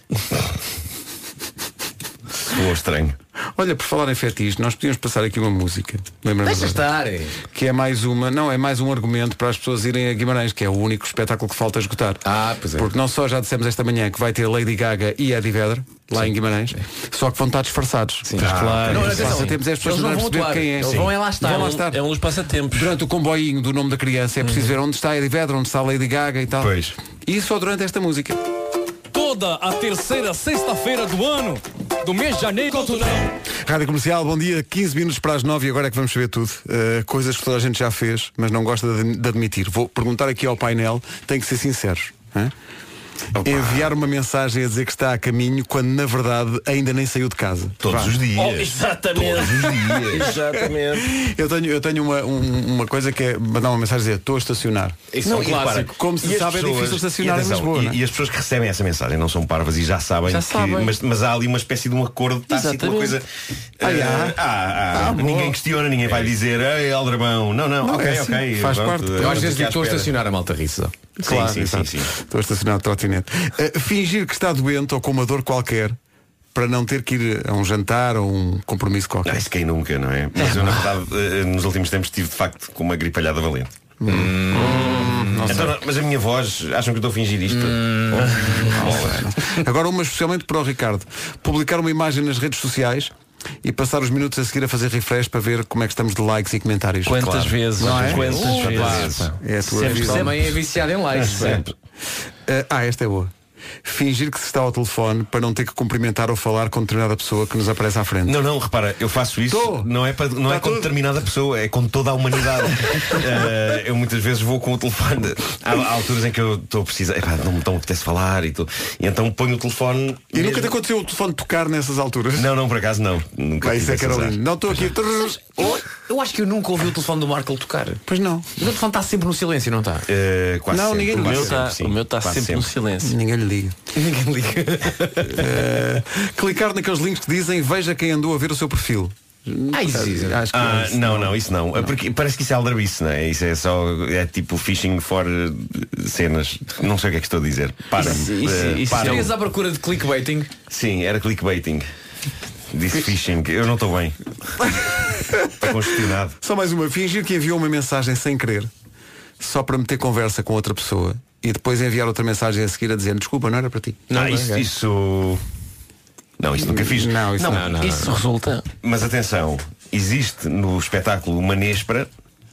Estranho. Olha, por falar em fetiche, nós podíamos passar aqui uma música. Deixa estar. Que é mais um argumento para as pessoas irem a Guimarães, que é o único espetáculo que falta esgotar. Pois é. Porque não só já dissemos esta manhã que vai ter Lady Gaga e Eddie Vedder lá em Guimarães, só que vão estar disfarçados. Sim. Claro. Temos as pessoas não a perceber atuar. quem é. Eles vão lá estar. É um dos passatempos. Durante o comboinho do nome da criança é preciso ver onde está Eddie Vedder, onde está Lady Gaga e tal. Pois. E só durante esta música. Toda a terceira sexta-feira do ano, do mês de janeiro. Rádio Comercial, bom dia, 15 minutos para as 9 e agora é que vamos saber tudo. Coisas que toda a gente já fez, mas não gosta de admitir. Vou perguntar aqui ao painel, tem que ser sinceros. Enviar uma mensagem a dizer que está a caminho quando na verdade ainda nem saiu de casa. Todos os dias. Exatamente. Todos os dias. Exatamente. Eu tenho uma coisa que é mandar uma mensagem a dizer estou a estacionar. Isso é um clássico. Como se sabe, é difícil estacionar em Lisboa. E as pessoas que recebem essa mensagem não são parvas e já sabem. Mas há ali uma espécie de um acordo tácito, uma coisa. Ninguém questiona, ninguém vai dizer ei, aldrabão. Não, ok. Faz parte. Eu às vezes estou a estacionar a malta rissa. Sim. Estou a estacionar de trotinete. Fingir que está doente ou com uma dor qualquer para não ter que ir a um jantar ou um compromisso qualquer. Isso quem nunca, não é? Mas eu, na verdade, nos últimos tempos estive de facto com uma gripalhada valente. Então, mas a minha voz, acham que eu estou a fingir isto? Agora uma especialmente para o Ricardo. Publicar uma imagem nas redes sociais e passar os minutos a seguir a fazer refresh para ver como é que estamos de likes e comentários. Quantas vezes? Não é? Quantas vezes? É a tua vida. Também é viciado em likes. Sempre. Esta é boa. Fingir que se está ao telefone para não ter que cumprimentar ou falar com determinada pessoa que nos aparece à frente. Não, repara, eu faço isso. Não é com determinada pessoa, é com toda a humanidade. Eu muitas vezes vou com o telefone. Há alturas em que eu estou a precisar, não me apetece falar e então ponho o telefone. E nunca te aconteceu o telefone tocar nessas alturas? Não, por acaso não. Nunca. Isso é que era lindo. Não estou aqui. Eu acho que eu nunca ouvi o telefone do Marco tocar. Pois não. O telefone está sempre no silêncio, não está? Quase não, sempre. ninguém O meu está sempre no silêncio. Ninguém lhe liga. Ninguém liga. Clicar naqueles links que dizem veja quem andou a ver o seu perfil. Acho que não, isso não. Porque parece que isso é aldrabice, não é? Isso é só, tipo phishing for cenas. Não sei o que é que estou a dizer. Para. Estarias à procura de clickbaiting? Sim, era clickbaiting. Disse phishing. Eu não estou bem. Estou congestionado. Só mais uma. Fingir que enviou uma mensagem sem querer, só para meter conversa com outra pessoa e depois enviar outra mensagem a seguir a dizer desculpa, não era para ti. Isso nunca fiz. Isso resulta. Mas atenção, existe no espetáculo uma Nespra.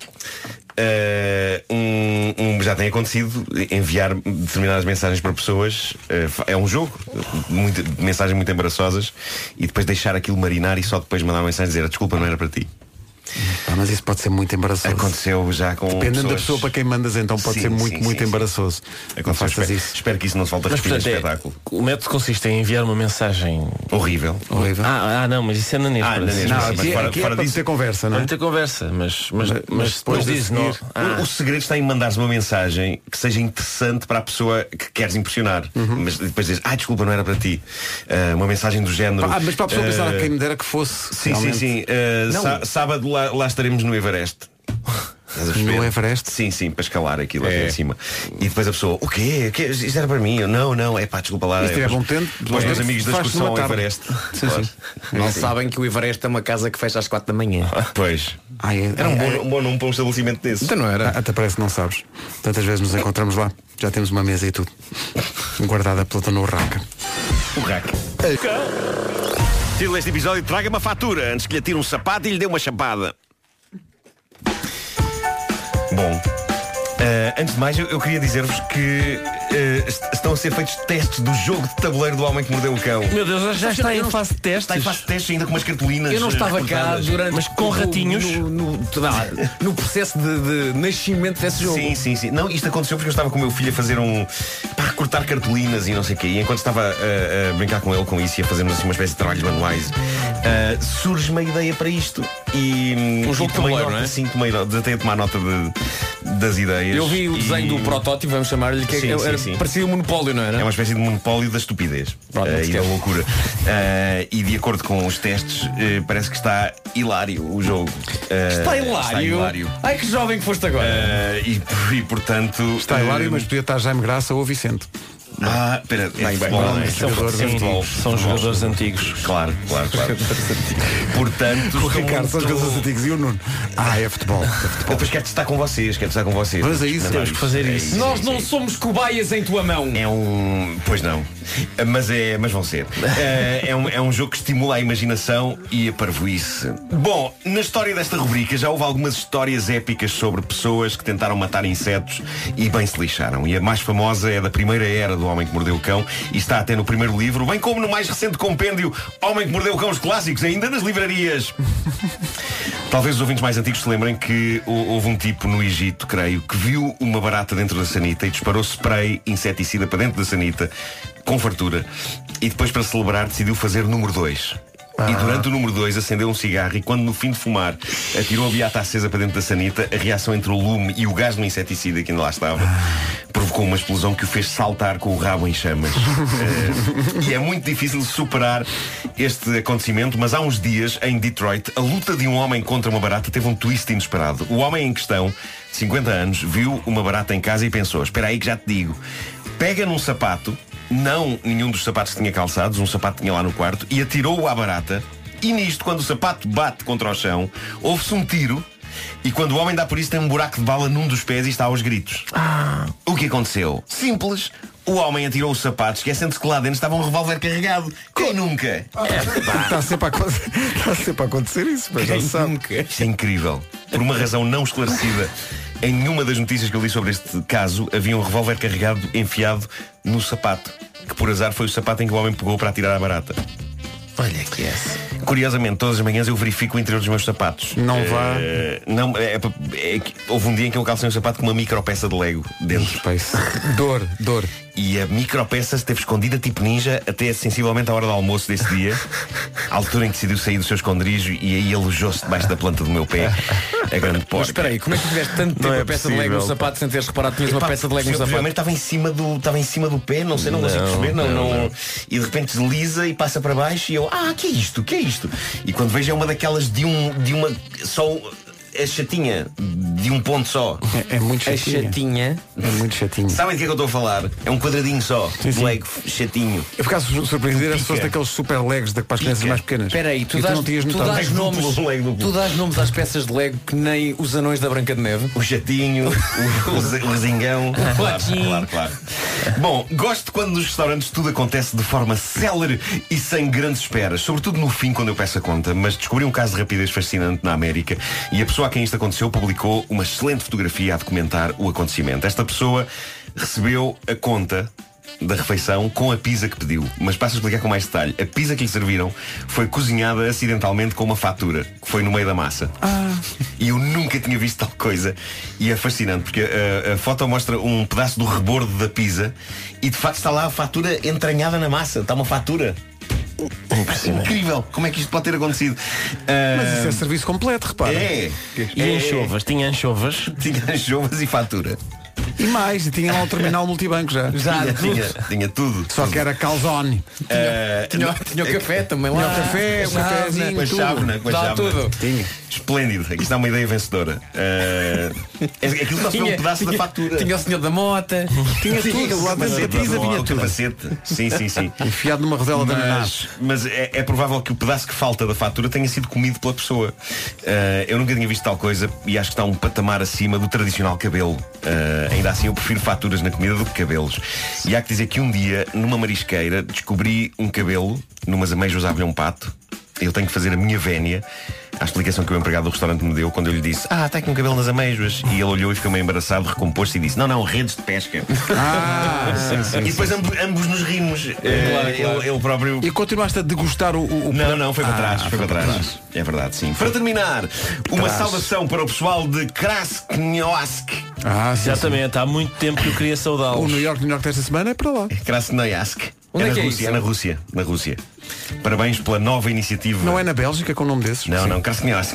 Já tem acontecido enviar determinadas mensagens para pessoas. É um jogo, mensagens muito embaraçosas, e depois deixar aquilo marinar e só depois mandar uma mensagem dizer desculpa, não era para ti. Mas isso pode ser muito embaraçoso. Aconteceu já com dependendo pessoas... da pessoa para quem mandas, então pode ser muito embaraçoso. Não faças isso. Espero que isso não se volte a repetir no espetáculo. O método consiste em enviar uma mensagem horrível. Não, mas isso é na Nespra. Mas fora disso ter conversa, não é? Para ter conversa, mas depois diz não. O segredo está em mandares uma mensagem que seja interessante para a pessoa que queres impressionar. Mas depois dizes, desculpa, não era para ti. Uma mensagem do género. Mas para a pessoa pensar quem me dera que fosse. Sim. Sábado lá estaremos no Everest. No Everest? Sim, para escalar aquilo até em cima. E depois a pessoa, o quê? Isto era para mim? Não, desculpa lá. Isto é bom tempo. Os meus amigos da excursão ao Everest. Sim. Não sabem que o Everest é uma casa que fecha às 4 da manhã. Pois. Era um bom nome para um estabelecimento desse. Então não era. Até parece que não sabes. Tantas vezes nos encontramos lá. Já temos uma mesa e tudo. Guardada pela dona Urraca. Urraca. Título deste episódio: traga uma fatura antes que lhe atire um sapato e lhe dê uma chapada. Bom, antes de mais eu queria dizer-vos que estão a ser feitos testes do jogo de tabuleiro do Homem que Mordeu o Cão. Meu Deus, já está em fase de testes. Está em fase de testes ainda com umas cartolinas. Eu não estava cá durante... Mas com ratinhos no processo de nascimento desse jogo. Sim. Não, isto aconteceu porque eu estava com o meu filho a fazer para recortar cartolinas e não sei o quê. E enquanto estava a brincar com ele com isso e a fazermos assim uma espécie de trabalhos manuais, surge uma ideia para isto. Um jogo de tabuleiro, não é? Sim, desatei a tomar nota das ideias. Eu vi o desenho do protótipo, vamos chamar-lhe, que parecia um monopólio, não era? É uma espécie de monopólio da estupidez e da loucura. E de acordo com os testes, parece que está hilário o jogo. Está hilário? Ai, que jovem que foste agora. E portanto... Está hilário, mas podia estar Jaime Graça ou Vicente. Espera, são jogadores antigos. Claro. Portanto, o Ricardo são jogadores antigos e o Nuno. É futebol. Depois quero estar com vocês. Mas é isso, temos que fazer isso. Nós não somos cobaias em tua mão. Pois não. Mas vão ser. É um jogo que estimula a imaginação e a parvoíce. Bom, na história desta rubrica já houve algumas histórias épicas sobre pessoas que tentaram matar insetos e bem se lixaram. E a mais famosa é da primeira era do Homem que Mordeu o Cão e está até no primeiro livro, bem como no mais recente compêndio Homem que Mordeu o Cão, os clássicos, ainda nas livrarias. Talvez os ouvintes mais antigos se lembrem que houve um tipo no Egito, creio, que viu uma barata dentro da sanita e disparou spray inseticida para dentro da sanita com fartura e depois, para celebrar, decidiu fazer número 2. E durante o número 2 acendeu um cigarro e quando no fim de fumar atirou a beata acesa para dentro da sanita, a reação entre o lume e o gás do inseticida que ainda lá estava provocou uma explosão que o fez saltar com o rabo em chamas. E é muito difícil superar este acontecimento, mas há uns dias, em Detroit, a luta de um homem contra uma barata teve um twist inesperado. O homem em questão, de 50 anos, viu uma barata em casa e pensou, espera aí que já te digo. Pega num sapato, não nenhum dos sapatos que tinha calçados, um sapato tinha lá no quarto, e atirou-o à barata. E nisto, quando o sapato bate contra o chão, ouve-se um tiro. E quando o homem dá por isso, tem um buraco de bala num dos pés e está aos gritos. O que aconteceu? Simples. O homem atirou os sapatos, esquecendo-se que lá dentro estava um revólver carregado. Quem nunca? Está sempre a acontecer isso, mas já sabe. Isto é incrível. Por uma razão não esclarecida, em nenhuma das notícias que eu li sobre este caso havia um revólver carregado enfiado no sapato, que por azar foi o sapato em que o homem pegou para atirar à barata. Olha que essa. Curiosamente, todas as manhãs eu verifico o interior dos meus sapatos. Não vá. Não, houve um dia em que eu calcei um sapato com uma micropeça de Lego dentro. Dor. E a micropeça esteve escondida tipo ninja até sensivelmente à hora do almoço desse dia, à altura em que decidiu sair do seu esconderijo, e aí alojou-se debaixo da planta do meu pé. A grande porca. Mas espera aí, como é que tiveste tanto tempo a peça de Lego no sapato sem teres reparado que tinhas uma peça de Lego no sapato? Estava em cima do pé, não sei, não consigo perceber, não. E de repente desliza e passa para baixo e eu, que é isto? Que é isto? E quando vejo é uma daquelas de uma só. É chatinha, de um ponto só. É muito chatinha. É chatinha. É muito chatinho. Sabem do que é que eu estou a falar? É um quadradinho só, sim. Lego, chatinho. Eu ficava surpreendido as pessoas daqueles super Legos para as crianças mais pequenas. Espera aí, tu dás nomes às peças de Lego que nem os anões da Branca de Neve. O chatinho, o resingão. Claro. Bom, gosto quando nos restaurantes tudo acontece de forma célere e sem grandes esperas. Sobretudo no fim, quando eu peço a conta. Mas descobri um caso de rapidez fascinante na América, e a pessoa a quem isto aconteceu publicou uma excelente fotografia a documentar o acontecimento. Esta pessoa recebeu a conta da refeição com a pizza que pediu. Mas passo a explicar com mais detalhe. A pizza que lhe serviram foi cozinhada acidentalmente com uma fatura que foi no meio da massa. E eu nunca tinha visto tal coisa. E é fascinante porque a foto mostra um pedaço do rebordo da pizza e de facto está lá a fatura entranhada na massa. Está uma fatura. Incrível, como é que isto pode ter acontecido? Mas isso é serviço completo, repara. E anchovas? Tinha anchovas? Tinha anchovas e fatura. E mais, e tinha lá um terminal multibanco já. Tinha tudo. Só que era calzone. Tinha o café também lá. Tinha o café, o cafezinho, com a chávena, tudo. Tinha. Esplêndido, aqui está uma ideia vencedora. Aquilo só foi um pedaço da fatura. Tinha o senhor da mota. Tinha tudo, lá dentro da pizza vinha tudo. Capacete. Sim. Enfiado numa rodela de ananás. Mas é provável que o pedaço que falta da fatura tenha sido comido pela pessoa. Eu nunca tinha visto tal coisa e acho que está um patamar acima do tradicional cabelo. Ainda assim eu prefiro faturas na comida do que cabelos. E há que dizer que um dia, numa marisqueira, descobri um cabelo numas ameijas à abelhão pato. Eu tenho que fazer a minha vénia à explicação que o empregado do restaurante me deu quando eu lhe disse: está aqui um cabelo nas amêijoas. E ele olhou e ficou meio embaraçado, recomposto e disse: não, redes de pesca. Sim. E depois ambos nos rimos. Claro. Ele próprio. E continuaste a degustar o Não, foi para trás. Foi para trás. É verdade, sim. Para terminar, uma saudação para o pessoal de Krasnoyarsk. Exatamente, há muito tempo que eu queria saudá-los. O New York desta semana é para lá. Krasnoyarsk. Onde é que é isso? É na Rússia. Parabéns pela nova iniciativa. Não é na Bélgica com o nome desses? Não, Krasnoyarsk.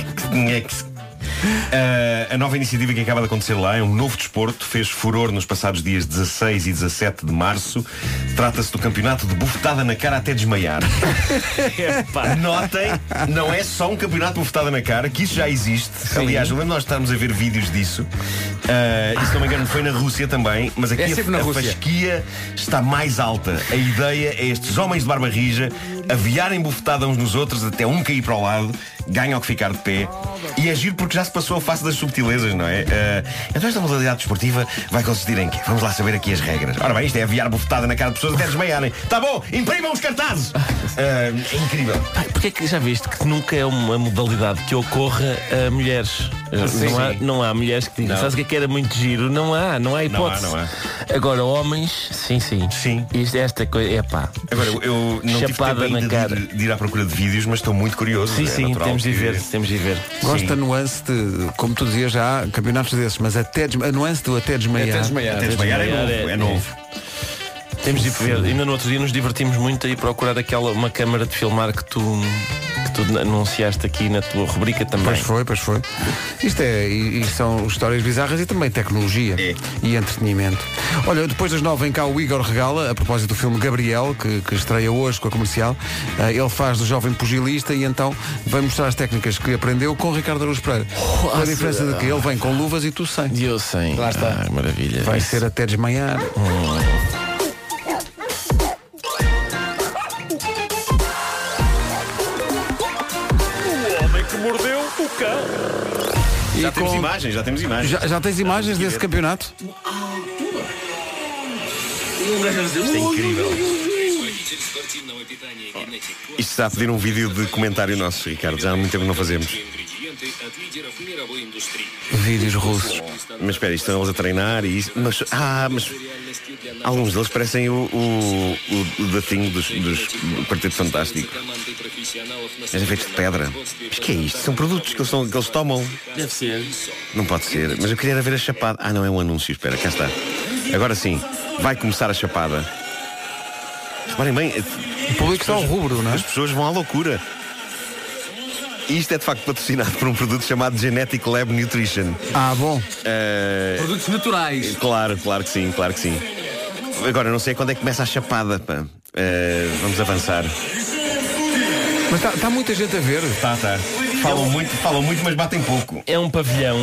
A nova iniciativa que acaba de acontecer lá é um novo desporto, fez furor nos passados dias 16 e 17 de março. Trata-se do campeonato de bufetada na cara até desmaiar. Notem, não é só um campeonato de bufetada na cara, que isso já existe. Sim. Aliás, eu lembro nós estarmos a ver vídeos disso. E se não me engano foi na Rússia também. Mas aqui a fasquia está mais alta. A ideia é estes homens de barba rija aviarem bufetada uns nos outros até um cair para o lado, ganha ao que ficar de pé. E é giro porque já se passou a face das subtilezas, não é? Então esta modalidade desportiva vai consistir em quê? Vamos lá saber aqui as regras. Ora bem, isto é aviar bufetada na cara de pessoas até desmaiarem. Tá bom, imprimam os cartazes! É incrível. Porque é que já viste que nunca é uma modalidade que ocorra a mulheres? Não há mulheres que digam, sabes o que era muito giro? Não há hipótese. Não há. Agora, homens, sim. Esta coisa, Agora, eu não tive tempo ainda de ir à procura de vídeos, mas estou muito curioso. Sim, temos de ver. Gosto da nuance de, como tu dizias, já há campeonatos desses, mas a nuance do até desmaiar. Até desmaiar é novo. Temos de ver. Ainda no outro dia nos divertimos muito a ir procurar uma câmara de filmar que tu anunciaste aqui na tua rubrica também. Pois foi. Isto são histórias bizarras e também tecnologia e entretenimento. Olha, depois das 9 vem cá o Igor Regala, a propósito do filme Gabriel, que estreia hoje com a Comercial. Ele faz do jovem pugilista e então vai mostrar as técnicas que aprendeu com Ricardo Araújo Pereira. A diferença de que ele vem com luvas e tu sem. E eu sem. Lá está. Maravilha. Vai ser até desmaiar. mordeu o cão. Já temos imagens. Já tens imagens desse campeonato? Isto é incrível. Isto está a pedir um vídeo de comentário nosso, Ricardo. Já há muito tempo não fazemos. Vídeos russos. Mas espera, estão eles a treinar e isso. Mas alguns deles parecem o The Thing dos Partido Fantástico. É feitos de pedra. Mas que é isto? São produtos que eles tomam. Deve ser. Não pode ser. Mas eu queria ver a chapada. Ah, não, é um anúncio. Espera, cá está. Agora sim, vai começar a chapada. Reparem bem, o público está ao rubro, não é? As pessoas vão à loucura. E isto é de facto patrocinado por um produto chamado Genetic Lab Nutrition. Ah, bom. Produtos naturais. Claro que sim. Agora, não sei quando é que começa a chapada. Pá. Vamos avançar. Mas está muita gente a ver. Está. Falam muito, mas batem pouco. É um pavilhão.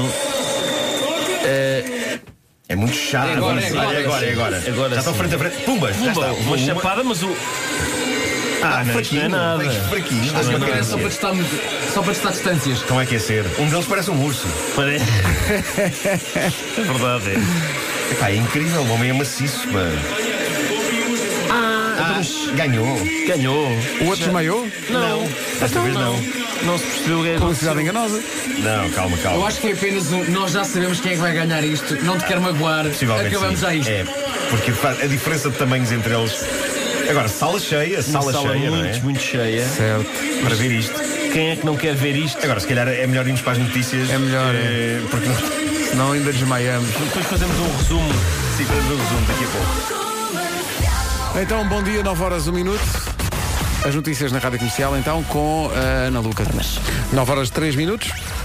É muito chato. É agora. Já estão frente a frente. Pumba, já está. Uma chapada, mas o... não é nada. Fraquinho. Só para testar distâncias. Como é que é ser? Um deles parece um urso. Parece. É verdade. Epá, é incrível, o homem é maciço, mano. Ganhou. O outro desmaiou? Não. Desta vez não. Não se percebeu o que é publicidade enganosa. Não, calma. Eu acho que foi apenas nós já sabemos quem é que vai ganhar isto. Não te quero magoar. Acabamos já isto. É, porque a diferença de tamanhos entre eles. Agora, sala cheia, não é? Muito cheia. Certo. Para ver isto. Quem é que não quer ver isto? Agora, se calhar é melhor irmos para as notícias. É melhor. Porque senão ainda desmaiamos. Depois fazemos um resumo. Sim, fazemos um resumo daqui a pouco. Então, bom dia, 9h01. As notícias na Rádio Comercial, então, com a Ana Luca. 9h03.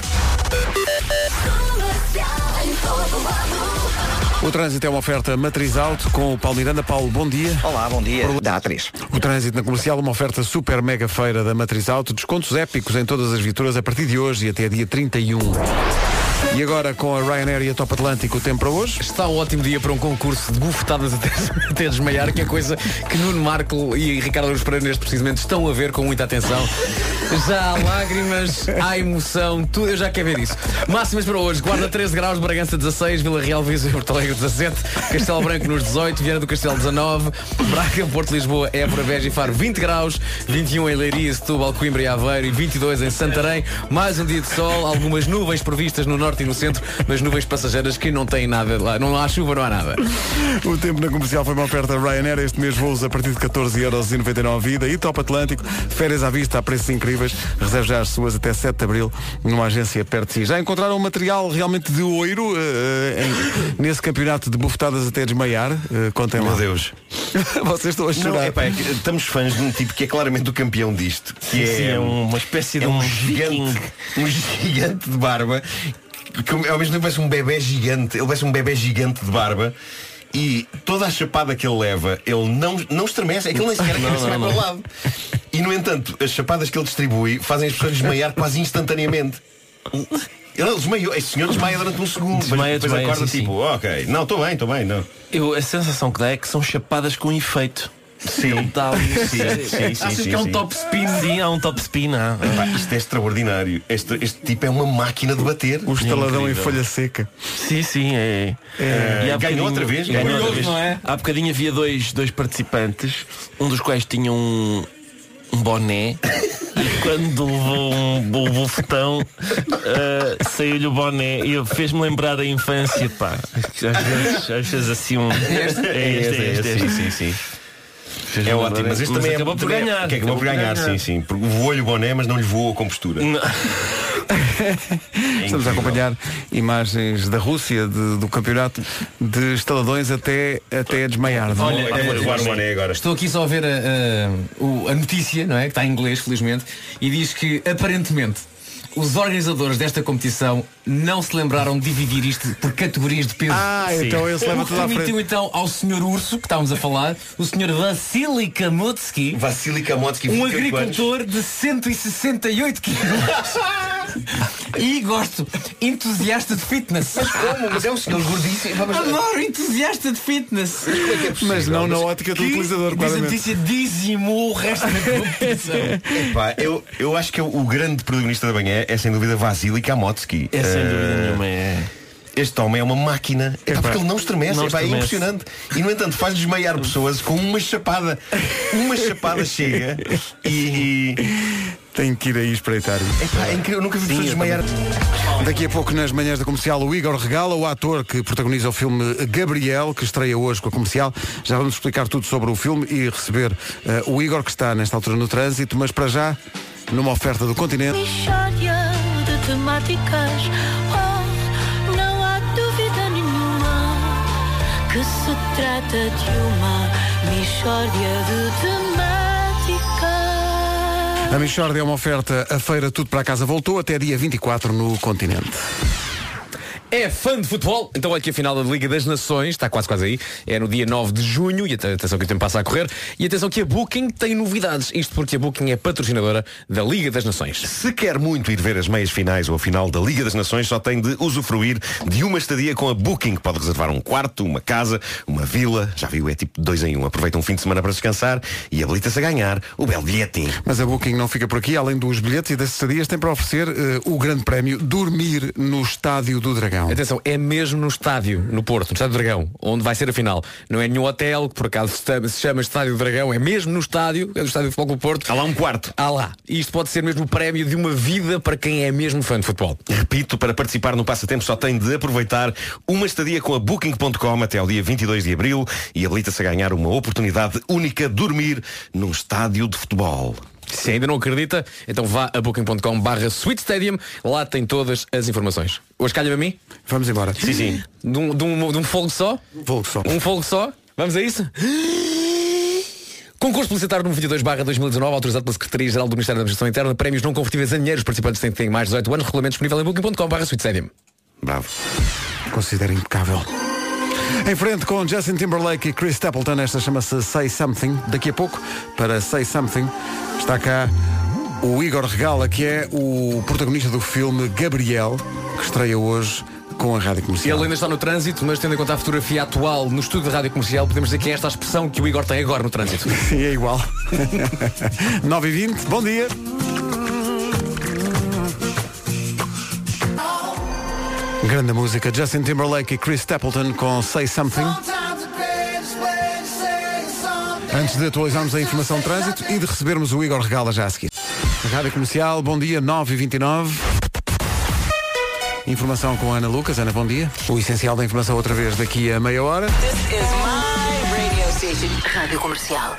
O trânsito é uma oferta Matriz Auto com o Paulo Miranda. Paulo, bom dia. Olá, bom dia. Da A3. O trânsito na Comercial, uma oferta super mega feira da Matriz Auto. Descontos épicos em todas as viaturas a partir de hoje e até dia 31. E agora com a Ryanair e a Top Atlântico, o tempo para hoje? Está um ótimo dia para um concurso de bufetadas até desmaiar, que é coisa que Nuno Marco e Ricardo Luz Pereira neste precisamente estão a ver com muita atenção. Já há lágrimas, há emoção, tudo, eu já quero ver isso. Máximas para hoje: Guarda 13 graus, Bragança 16, Vila Real, Viseu e Porto Alegre 17, Castelo Branco nos 18, Viana do Castelo 19, Braga, Porto, Lisboa, Évora, Beja e Faro 20 graus, 21 em Leiria, Setúbal, Coimbra e Aveiro e 22 em Santarém. Mais um dia de sol, algumas nuvens previstas no norte e no centro, mas nuvens passageiras que não têm nada lá. Não há chuva, não há nada. O tempo na Comercial foi uma oferta Ryanair. Este mês voos a partir de 14,99€ ida e Top Atlântico. Férias à vista a preços incríveis. Reserve já as suas até 7 de Abril numa agência perto de si. Já encontraram um material realmente de ouro nesse campeonato de bufetadas até desmaiar? Contem lá. Meu Deus. Vocês estão a chorar. Não, estamos fãs de um tipo que é claramente o campeão disto. Que sim, é uma espécie de um gigante. Um gigante de barba. Que ao mesmo tempo parece um bebê gigante. Ele parece um bebê gigante de barba. E toda a chapada que ele leva, ele não estremece. É que ele nem sequer se vai para o lado. E no entanto, as chapadas que ele distribui fazem as pessoas desmaiar quase instantaneamente. Ele desmaiou. Este senhor desmaia durante um segundo. Depois acorda tipo, ok, não, estou bem, não. A sensação que dá é que são chapadas com efeito. Sim. Achas que é um top spin? Sim, há um top spin. Isto é extraordinário. Este tipo é uma máquina de bater. O estaladão em folha seca. Sim, é. Ganhou outra vez? Não é? Há bocadinho havia dois participantes, um dos quais tinha um boné. E quando levou um bufetão, saiu-lhe o boné e fez-me lembrar a infância, pá. Às vezes assim um. Sim. É ótimo, mas este também acabou por ganhar. Que acabou por ganhar, sim. Porque voou-lhe o boné, mas não lhe voou a compostura. Estamos a acompanhar imagens da Rússia, do campeonato de estaladões até desmaiar. Olha, estou aqui só a ver a notícia, não é? Que está em inglês, felizmente, e diz que aparentemente os organizadores desta competição não se lembraram de dividir isto por categorias de peso. Então esse leva tudo à frente. Permitiu então ao Sr. Urso, que estávamos a falar, o Sr. Vassili Kamotsky, um agricultor de 168 quilos. E gosto. Entusiasta de fitness. Mas como? Mas é um senhor gordíssimo. Adoro entusiasta de fitness. Mas como é que é possível? Mas não na ótica do utilizador, claramente. A notícia dizimou o resto da competição. Epá, eu acho que o grande protagonista da manhã é sem dúvida Vasily Kamotski. É sem dúvida nenhuma, Este homem é uma máquina. Porque ele não estremece. É impressionante. E no entanto faz desmaiar pessoas com uma chapada. Uma chapada chega e... Tenho que ir aí espreitar. É incrível, nunca vi pessoas desmaiar. Daqui a pouco nas manhãs da Comercial o Igor Regala, o ator que protagoniza o filme Gabriel, que estreia hoje com a Comercial. Já vamos explicar tudo sobre o filme e receber o Igor, que está nesta altura no trânsito, mas para já, numa oferta do Continente. Mixórdia de temáticas, oh, não há dúvida nenhuma que se trata de uma mixórdia de temáticas. A Mixórdia é uma oferta, a feira Tudo para a Casa voltou até dia 24 no Continente. É fã de futebol? Então olha que a final da Liga das Nações está quase aí. É no dia 9 de junho. E atenção que o tempo passa a correr. E atenção que a Booking tem novidades. Isto porque a Booking é patrocinadora da Liga das Nações. Se quer muito ir ver as meias finais ou a final da Liga das Nações, só tem de usufruir de uma estadia com a Booking. Pode reservar um quarto, uma casa, uma vila. Já viu, é tipo 2 em 1. Aproveita um fim de semana para descansar e habilita-se a ganhar o belo bilhetinho. Mas a Booking não fica por aqui. Além dos bilhetes e das estadias, tem para oferecer o grande prémio dormir no Estádio do Dragão. Atenção, é mesmo no estádio, no Porto, no Estádio do Dragão, onde vai ser a final. Não é nenhum hotel, que por acaso se chama Estádio do Dragão, é mesmo no estádio, é do Estádio de Futebol Clube Porto. Há lá um quarto. Há lá. E isto pode ser mesmo o prémio de uma vida para quem é mesmo fã de futebol. Repito, para participar no passatempo só tem de aproveitar uma estadia com a Booking.com até ao dia 22 de abril e habilita-se a ganhar uma oportunidade única de dormir num estádio de futebol. Se ainda não acredita, então vá a booking.com/Sweet Stadium. Lá tem todas as informações. Hoje calha-me a mim? Vamos embora. Sim. De um fogo só? Fogo só. Um fogo só? Vamos a isso? Concurso publicitário número 22/2019, autorizado pela Secretaria-Geral do Ministério da Administração Interna. Prémios não convertíveis a dinheiro. Os participantes têm mais de 18 anos. Regulamento disponível em booking.com/Sweet Stadium. Bravo. Considero impecável. Em frente com Justin Timberlake e Chris Stapleton, esta chama-se Say Something. Daqui a pouco, para Say Something, está cá o Igor Regala, que é o protagonista do filme Gabriel, que estreia hoje com a Rádio Comercial. Ele ainda está no trânsito, mas tendo em conta a fotografia atual no estúdio da Rádio Comercial, podemos dizer que é esta a expressão que o Igor tem agora no trânsito. Sim, é igual. 9h20, bom dia. Grande música, Justin Timberlake e Chris Stapleton com Say Something. Antes de atualizarmos a informação de trânsito e de recebermos o Igor Regala já a seguir. Rádio Comercial, bom dia, 9h29. Informação com a Ana Lucas. Ana, bom dia. O essencial da informação outra vez daqui a meia hora. This is my radio station. Rádio Comercial.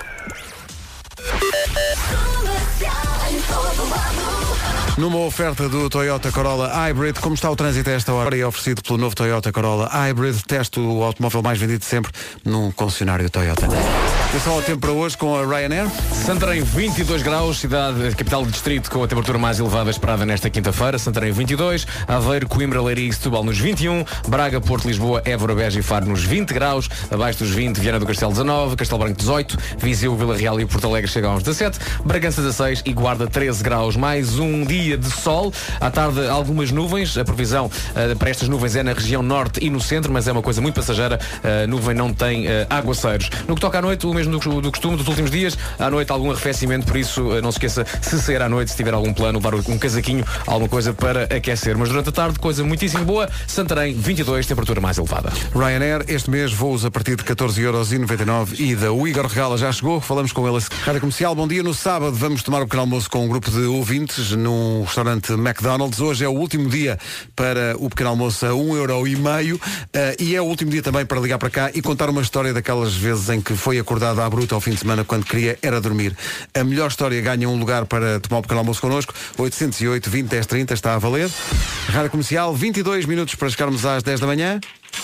Numa oferta do Toyota Corolla Hybrid, como está o trânsito a esta hora, é oferecido pelo novo Toyota Corolla Hybrid. Teste o automóvel mais vendido de sempre num concessionário Toyota. Atenção ao tempo para hoje com a Ryanair. Santarém 22 graus, cidade capital do distrito com a temperatura mais elevada esperada nesta quinta-feira. Santarém 22, Aveiro, Coimbra, Leiria e Setúbal nos 21, Braga, Porto, Lisboa, Évora, Beja e Faro nos 20 graus, abaixo dos 20, Viana do Castelo 19, Castelo Branco 18, Viseu, Vila Real e Porto Alegre chegam aos 17, Bragança 16 e Guarda 13 graus. Mais um dia de sol, à tarde algumas nuvens, a previsão para estas nuvens é na região norte e no centro, mas é uma coisa muito passageira, a nuvem não tem aguaceiros. No que toca à noite, o mesmo do costume dos últimos dias, à noite algum arrefecimento, por isso não se esqueça, se sair à noite, se tiver algum plano, levar um casaquinho, alguma coisa para aquecer. Mas durante a tarde, coisa muitíssimo boa, Santarém 22, temperatura mais elevada. Ryanair, este mês voos a partir de 14,99€ ida. O Igor Regala já chegou, falamos com ele. Rádio Comercial, bom dia. No sábado vamos tomar o pequeno almoço com um grupo de ouvintes num restaurante McDonald's. Hoje é o último dia para o pequeno almoço a 1,5€ e é o último dia também para ligar para cá e contar uma história daquelas vezes em que foi acordado à bruta ao fim de semana quando queria era dormir. A melhor história ganha um lugar para tomar o pequeno almoço connosco. 808 20 10 30 está a valer. Rádio Comercial, 22 minutos para chegarmos às 10 da manhã.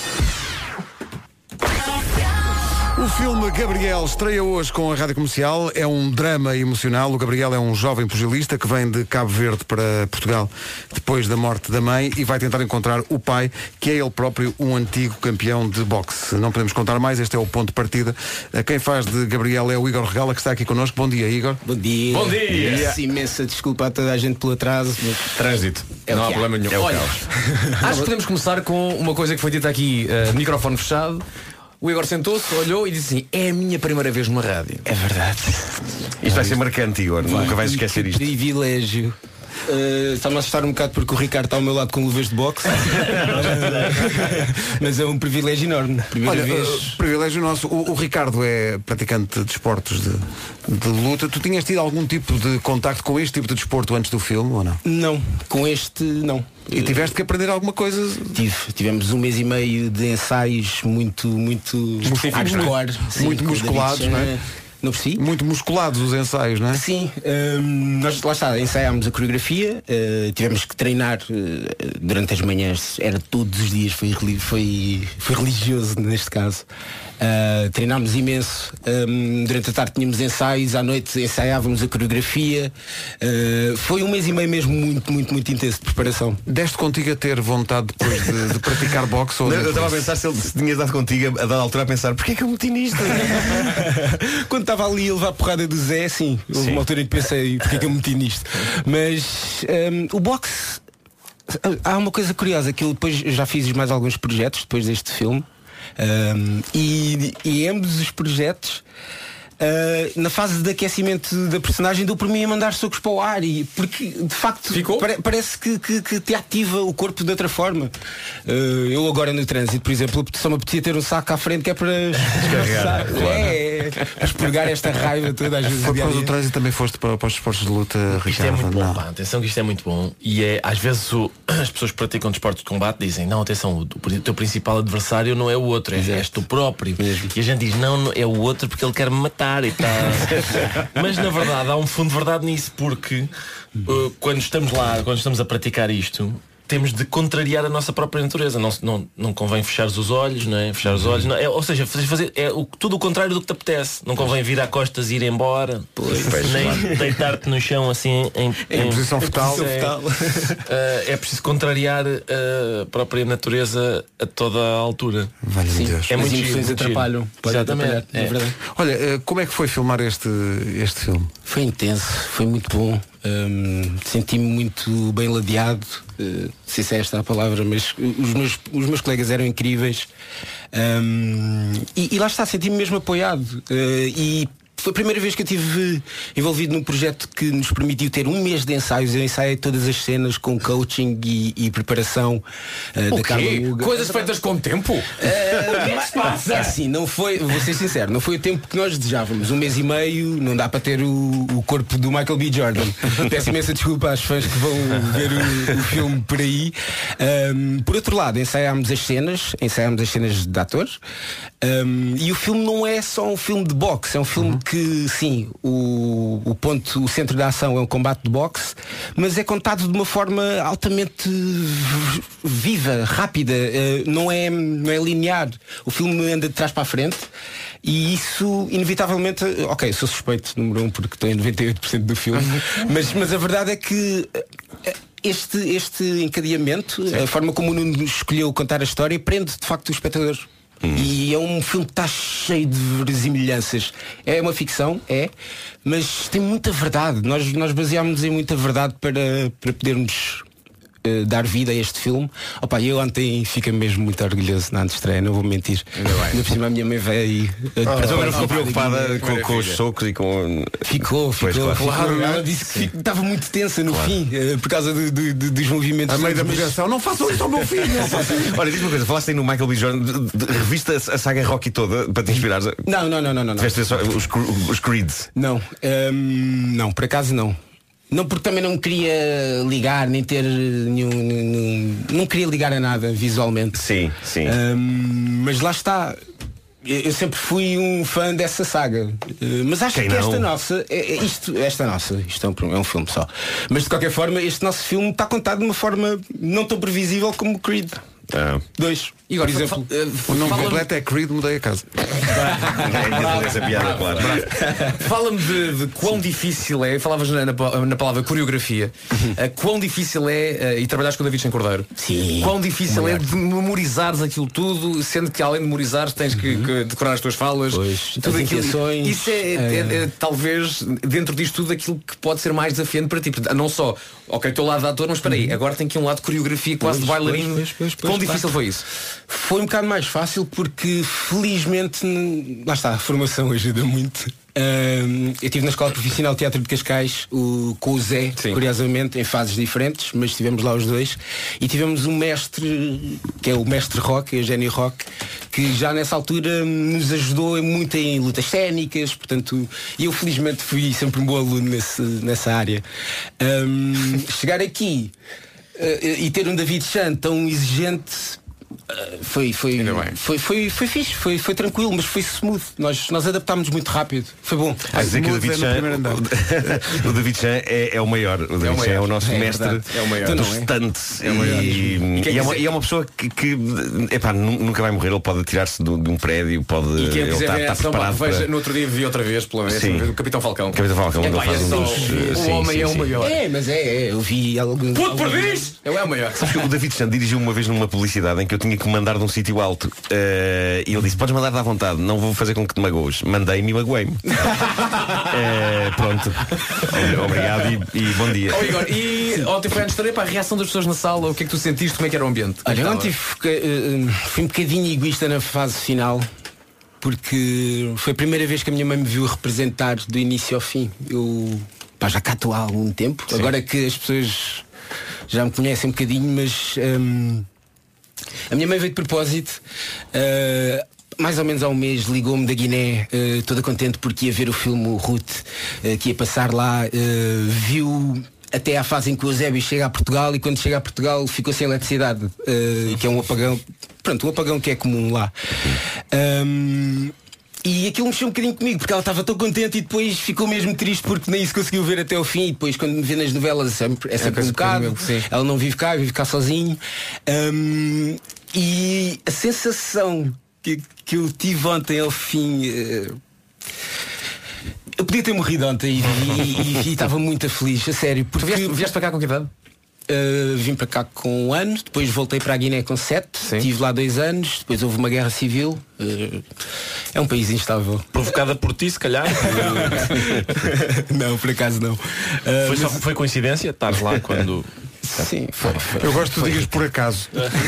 O filme Gabriel estreia hoje com a Rádio Comercial. É um drama emocional. O Gabriel é um jovem pugilista que vem de Cabo Verde para Portugal depois da morte da mãe e vai tentar encontrar o pai, que é ele próprio um antigo campeão de boxe. Não podemos contar mais, este é o ponto de partida. Quem faz de Gabriel é o Igor Regala, que está aqui connosco. Bom dia, Igor. Bom dia. Bom dia. Peço imensa desculpa a toda a gente pelo atraso. Trânsito. Não há problema nenhum. Olha, acho que podemos começar com uma coisa que foi dita aqui, microfone fechado. O Igor sentou-se, olhou e disse assim: é a minha primeira vez numa rádio. É verdade. Isto vai ser marcante, Igor. Nunca vais esquecer isto. Privilégio. Está-me a assustar um bocado porque o Ricardo está ao meu lado com luvas de boxe. Mas é um privilégio enorme. Olha, privilégio nosso. O Ricardo é praticante de desportos de luta. Tu tinhas tido algum tipo de contacto com este tipo de desporto antes do filme ou não? Não, com este não. E tiveste que aprender alguma coisa? Tivemos 1 mês e meio de ensaios muito hardcore, muito musculados, não é? Não percebi? Muito musculados os ensaios, não é? Sim, nós lá está, ensaiámos a coreografia, tivemos que treinar durante as manhãs, era todos os dias, foi religioso neste caso. Treinámos imenso, durante a tarde tínhamos ensaios, à noite ensaiávamos a coreografia. Foi 1 mês e meio mesmo muito intenso de preparação. Deste contigo a ter vontade depois de praticar boxe? Ou eu estava a pensar se tinhas dado contigo a dada altura a pensar: porquê é que eu meti nisto? Quando estava ali a levar porrada do Zé, sim, houve uma altura em que pensei: porquê é que eu meti nisto? Mas o boxe, há uma coisa curiosa, que eu depois já fiz mais alguns projetos depois deste filme. E ambos os projetos, na fase de aquecimento da personagem, deu por mim a mandar socos para o ar, porque de facto parece que te ativa o corpo de outra forma. Eu agora no trânsito, por exemplo, só me apetecia ter um saco à frente que é para descarregar, para expurgar esta raiva toda às vezes. Por causa do trânsito também foste para os esportes de luta, Ricardo? Isto é muito bom, pá, atenção que isto é muito bom. E às vezes as pessoas que praticam desportos de combate dizem: não, atenção, o teu principal adversário não é o outro, és tu próprio. E a gente diz: não, é o outro porque ele quer me matar e tal. Mas na verdade há um fundo de verdade nisso, porque quando estamos lá, quando estamos a praticar isto, temos de contrariar a nossa própria natureza. Não convém fechar os olhos, não é? Fechar os olhos, não é? Ou seja, fazer tudo o contrário do que te apetece. Não convém vir a costas e ir embora, nem deitar-te no chão assim em posição fetal. É preciso contrariar a própria natureza a toda a altura. Valeu-me Deus. É muito emoções atrapalham. Exatamente. É verdade. Olha, como é que foi filmar este filme? Foi intenso, foi muito bom. Senti-me muito bem ladeado, não sei se é esta a palavra, mas os meus colegas eram incríveis, e lá está, senti-me mesmo apoiado, e foi a primeira vez que eu estive envolvido num projeto que nos permitiu ter 1 mês de ensaios. Eu ensaiei todas as cenas com coaching e preparação da Carla Muga. Coisas feitas com tempo? É assim, não foi, vou ser sincero, não foi o tempo que nós desejávamos. 1 mês e meio, não dá para ter o corpo do Michael B. Jordan. Peço imensa desculpa às fãs que vão ver o filme por aí. Por outro lado, ensaiámos as cenas de atores, e o filme não é só um filme de boxe, é um filme que, sim, o centro da ação é um combate de boxe, mas é contado de uma forma altamente viva, rápida, não é linear. O filme anda de trás para a frente, e isso inevitavelmente, ok, sou suspeito número 1 porque estou em 98% do filme, mas a verdade é que este encadeamento, a forma como o Nuno escolheu contar a história, prende de facto o espectador. E é um filme que está cheio de verosimilhanças. É uma ficção, mas tem muita verdade. Nós baseámos em muita verdade para podermos dar vida a este filme. Opa, eu ontem fiquei mesmo muito orgulhoso na antestreia, não vou mentir. Ainda por cima a minha mãe veio e ficou preocupada com os socos e com... Ficou. Claro. Ela disse que estava muito tensa no fim, por causa dos movimentos. A meio da projeção, não façam isso ao meu filho. Olha, diz-me uma coisa, falaste aí no Michael B. Jordan, reviste a saga Rocky toda para te inspirares? Não. Tiveste só os Creeds? Não, por acaso não. Não, porque também não queria ligar, nem ter nenhum... Não queria ligar a nada visualmente. Sim. Mas lá está. Eu sempre fui um fã dessa saga. Mas acho que esta nossa... Isto é um filme só. Mas de qualquer forma, este nosso filme está contado de uma forma não tão previsível como o Creed. 2. E agora, por exemplo, o nome completo é Creed, mudei a casa. Essa piada, claro. Fala-me de quão difícil é, falavas na palavra coreografia, quão difícil é, e trabalhares com o David Sem Cordeiro, sim, quão difícil é de memorizares aquilo tudo, sendo que além de memorizares tens que decorar as tuas falas, tudo aquilo. Isso é talvez, dentro disto tudo, aquilo que pode ser mais desafiante para ti. Não só, ok, estou lá de ator, mas espera aí, agora tem aqui um lado de coreografia quase de bailarino. Quão difícil foi isso? Foi um bocado mais fácil porque felizmente, lá está, a formação ajuda muito. Eu estive na Escola Profissional de Teatro de Cascais com o Zé, curiosamente, em fases diferentes, mas estivemos lá os dois. E tivemos um mestre, que é o mestre Rock, Eugénio Rock, que já nessa altura nos ajudou muito em lutas cénicas, portanto, eu felizmente fui sempre um bom aluno nessa área. Chegar aqui e ter um David Chan tão exigente foi fixe, foi tranquilo, mas foi smooth. Nós adaptámos muito rápido. Foi bom. A dizer que o David Chan é o maior. O David Chan é o nosso mestre dos stunts. E é uma pessoa que epá, nunca vai morrer. Ele pode atirar-se de um prédio, pode. Ele está preparado para... No outro dia vi outra vez pela vez o Capitão Falcão. O homem é o maior. Mas eu vi alguns. Puto, perdiz! É o maior. Sabes que o David Chan dirigiu uma vez numa publicidade em que eu tinha que mandar de um sítio alto e ele disse, podes mandar à vontade, não vou fazer com que te magoes. Mandei-me e magoei-me. Pronto. Obrigado e bom dia. Igor, e ontem foi antes de a reação das pessoas na sala, o que é que tu sentiste, como é que era o ambiente? Olha, ontem fui um bocadinho egoísta na fase final, porque foi a primeira vez que a minha mãe me viu representar do início ao fim. Eu já cá estou há algum tempo. Sim. Agora que as pessoas já me conhecem um bocadinho, mas a minha mãe veio de propósito, mais ou menos há um mês, ligou-me da Guiné, toda contente porque ia ver o filme Ruth, que ia passar lá, viu até à fase em que o Eusébio chega a Portugal, e quando chega a Portugal ficou sem eletricidade, que é um apagão, pronto, um apagão que é comum lá. E aquilo mexeu um bocadinho comigo, porque ela estava tão contente e depois ficou mesmo triste porque nem se conseguiu ver até ao fim. E depois, quando me vê nas novelas, é sempre um bocado. Ela não vive cá sozinho. E a sensação que eu tive ontem ao fim, eu podia ter morrido ontem e estava muito feliz, a sério. Porque vieste para cá com que idade? Vim para cá com 1 ano, depois voltei para a Guiné com 7, estive lá 2 anos, depois houve uma guerra civil. É um país instável. Provocada por ti, se calhar? Não, por acaso não. Foi coincidência? Estás lá quando... Sim, foi. Eu gosto de dizer por acaso.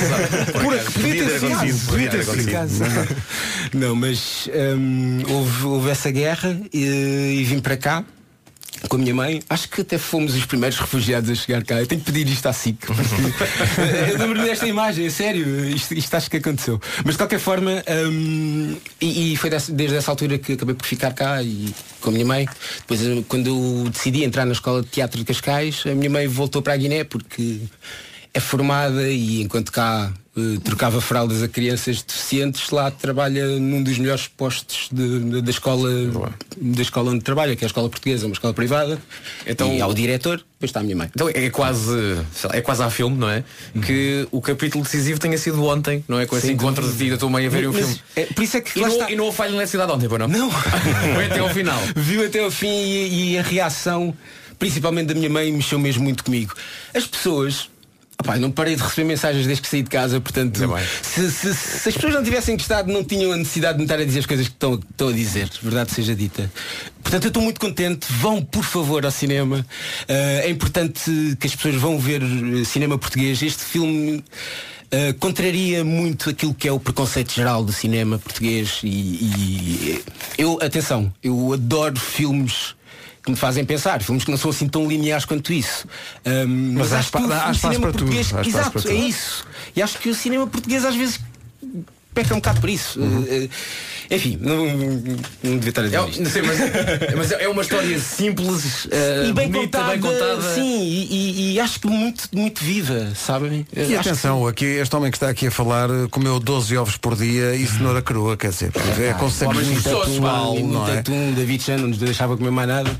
Podia ter acontecido. Não, mas houve essa guerra e vim para cá com a minha mãe. Acho que até fomos os primeiros refugiados a chegar cá. Eu tenho que pedir isto à SIC, porque eu lembro-me desta imagem, é sério, isto acho que aconteceu. Mas de qualquer forma, e foi desde essa altura que acabei por ficar cá e com a minha mãe. Depois, quando eu decidi entrar na Escola de Teatro de Cascais, a minha mãe voltou para a Guiné porque é formada e enquanto cá trocava fraldas a crianças deficientes, lá trabalha num dos melhores postos da escola onde trabalha, que é a escola portuguesa, uma escola privada. Então, e ao diretor, depois está a minha mãe. Então é quase à filme, não é? Que o capítulo decisivo tenha sido ontem, não é? Com esse encontro de ti da tua mãe a verem o filme. Por isso é que e não houve falha na eletricidade ontem, pois não? Não. Foi até ao final. Viu até ao fim e a reação, principalmente da minha mãe, mexeu mesmo muito comigo. As pessoas... não parei de receber mensagens desde que saí de casa, portanto, se as pessoas não tivessem gostado, não tinham a necessidade de me estar a dizer as coisas que estão a dizer, verdade seja dita. Portanto, eu estou muito contente. Vão, por favor, ao cinema. É importante que as pessoas vão ver cinema português. Este filme contraria muito aquilo que é o preconceito geral do cinema português e eu adoro filmes que me fazem pensar, filmes que não são assim tão lineares quanto isso. Mas há espaço para tudo. Exato, é isso. E acho que o cinema português às vezes peca um bocado por isso. Enfim, não devia estar a dizer isto. Não sei, mas é uma história simples e bem bonita, contada, bem contada. Sim, e acho que muito viva, sabem? E atenção, aqui este homem que está aqui a falar comeu 12 ovos por dia e cenoura crua, quer dizer, consegue muito atum, David Chan não nos deixava comer mais nada.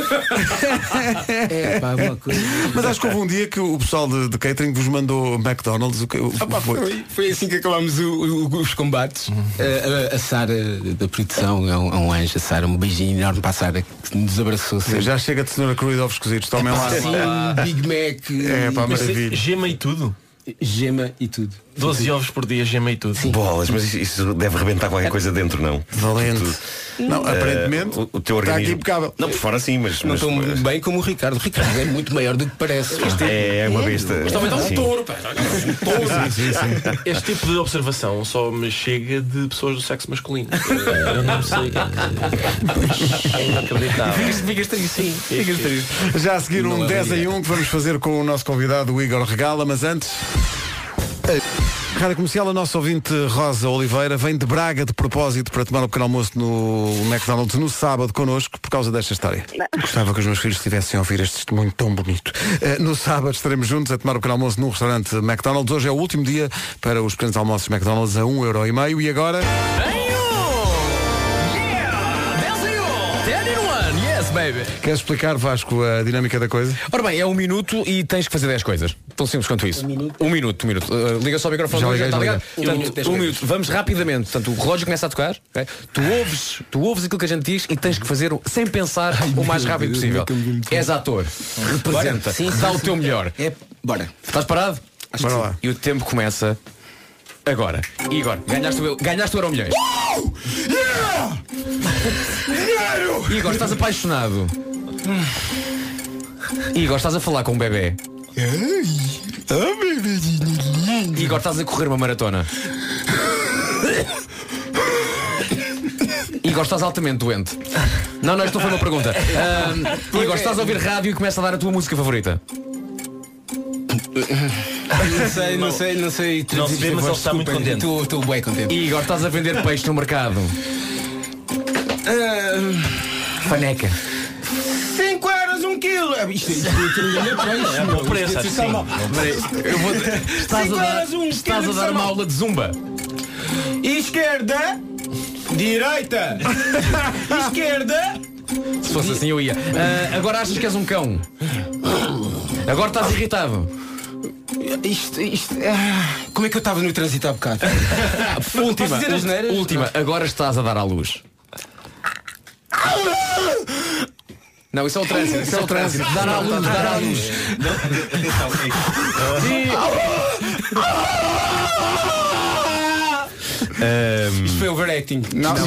Uma coisa. Mas acho que houve um dia que o pessoal de catering vos mandou McDonald's. Foi assim que acabámos os combates. A Sara da produção é um anjo. A Sara, um beijinho enorme para a Sara que nos abraçou sempre. Já chega de cenoura crua e de ovos cozidos. Tomem lá. Sim, Big Mac. Maravilha. Gema e tudo. Gema e tudo. 12 ovos por dia, gema e tudo. Sim. Bolas, mas isso deve rebentar qualquer coisa dentro, não? Valente. Não, aparentemente o teu organismo está aqui impecável. Não, por fora sim, mas não estou bem como o Ricardo. O Ricardo é muito maior do que parece. É uma besta. Mas também dá um touro, pá. Sim. Este tipo de observação só me chega de pessoas do sexo masculino. Eu não sei. É inacreditável. Ficas triste. Já a seguir um 10 em 1 que vamos fazer com o nosso convidado, o Igor Regala, mas antes... Rádio Comercial, a nossa ouvinte Rosa Oliveira vem de Braga de propósito para tomar um pequeno almoço no McDonald's no sábado connosco por causa desta história. Gostava que os meus filhos estivessem a ouvir este testemunho tão bonito. No sábado estaremos juntos a tomar um pequeno almoço num restaurante McDonald's. Hoje é o último dia para os pequenos almoços McDonald's a 1,5€ e agora... Baby. Queres explicar, Vasco, a dinâmica da coisa? Ora bem, é 1 minuto e tens que fazer 10 coisas. Tão simples quanto isso. Um minuto. Liga só o microfone. Já está ligado? Portanto, um minuto. Vamos rapidamente. Portanto, o relógio começa a tocar. Okay? Tu ouves aquilo que a gente diz e tens que fazer sem pensar o mais rápido possível. És ator. Representa. Dá o teu melhor. Bora. Estás parado? Bora lá. E o tempo começa agora. Igor, ganhaste o Euromilhões. Igor, estás apaixonado. Igor, estás a falar com um bebê. Igor, estás a correr uma maratona. Igor, estás altamente doente. Não, isto não foi uma pergunta. Igor, estás a ouvir rádio e começa a dar a tua música favorita. Não sei. Não se vê, mas ele está muito contente. Estou bem contente. Igor, estás a vender peixe no mercado. Faneca. 5€ 1 quilo. Isto é bom preço. Estás a dar uma aula de zumba. Esquerda, direita, esquerda. Se fosse assim eu ia. Agora achas que és um cão. Agora estás irritado. Como é que eu estava no trânsito há bocado? Última. Agora estás a dar à luz. Não, isso é o trânsito. Dar à luz. Isto foi overacting. Não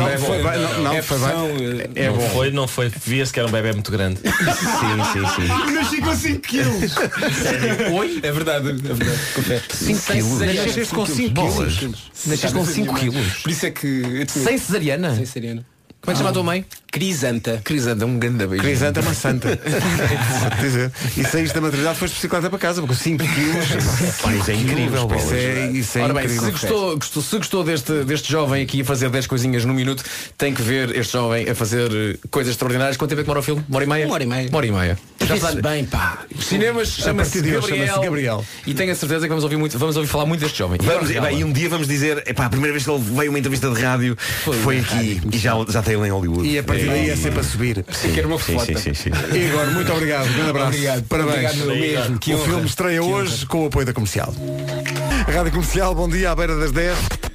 foi. Não foi. Via-se que era um bebê muito grande. Sim. Nasci com 5 quilos. Sério? Oi? É verdade. Confere. 5 quilos? Nasceste com 5 quilos? Nasceste com 5 quilos? Por isso é que... Sem cesariana? Sem cesariana. Como é que chama a tua mãe? Crisanta, um grande beijo. Crisanta é uma santa. E saíste da maternidade, foste bicicleta para casa, porque 5 quilos. Isso é incrível. Isso é ora bem, incrível. se gostou deste jovem aqui a fazer 10 coisinhas num minuto, tem que ver este jovem a fazer coisas extraordinárias. Quanto tempo é que demora o filme? 1 hora e meia. Já está bem, pá. Os cinemas chama-se Gabriel. E tenho a certeza que vamos ouvir falar muito deste jovem. E um dia vamos dizer, a primeira vez que ele veio uma entrevista de rádio foi aqui e já tem ele em Hollywood. E a partir daí é sempre a subir. Quero uma foto. Sim. Igor, muito obrigado. Um grande abraço. Obrigado. Parabéns. Obrigado. O filme estreia hoje com o apoio da Comercial. Rádio Comercial, bom dia, à beira das 10.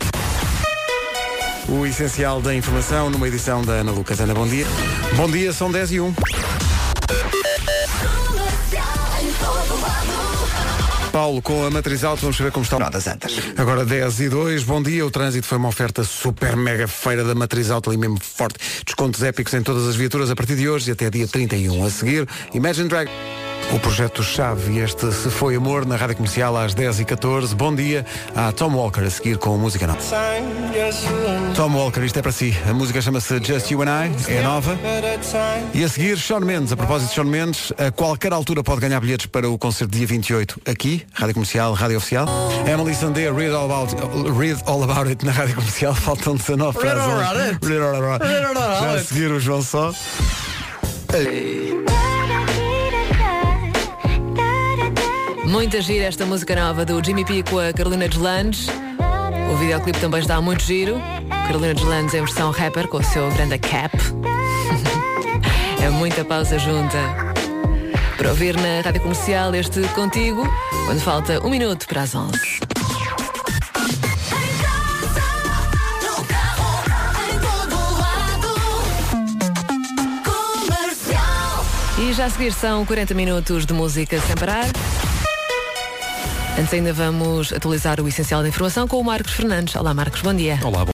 O essencial da informação numa edição da Ana Lucas. Ana, bom dia. Bom dia, são 10 e 1. Paulo, com a matriz alta, vamos saber como está. Notas antas. Agora 10 e 2, bom dia. O trânsito foi uma oferta super mega feira da matriz alta, ali mesmo forte. Descontos épicos em todas as viaturas a partir de hoje e até dia 31. A seguir, Imagine Dragons. O projeto-chave, este Se Foi Amor, na Rádio Comercial às 10h14. Bom dia a Tom Walker, a seguir com música nova. Tom Walker, isto é para si. A música chama-se Just You and I, é nova. E a seguir, Shawn Mendes. A propósito de Shawn Mendes, a qualquer altura pode ganhar bilhetes para o concerto dia 28, aqui, Rádio Comercial, Rádio Oficial. Emily Sandé, Read All About It na Rádio Comercial. Faltam 19 frases. Já a seguir o João Só. Muita gira esta música nova do Jimmy P com a Carolina Deslandes. O videoclipe também está muito giro. Carolina Deslandes em versão rapper com o seu grande cap. É muita pausa junta. Para ouvir na Rádio Comercial este Contigo, quando falta 1 minuto para as 11. E já a seguir são 40 minutos de música sem parar. Antes ainda vamos atualizar o essencial da informação com o Marcos Fernandes. Olá Marcos, bom dia. Olá,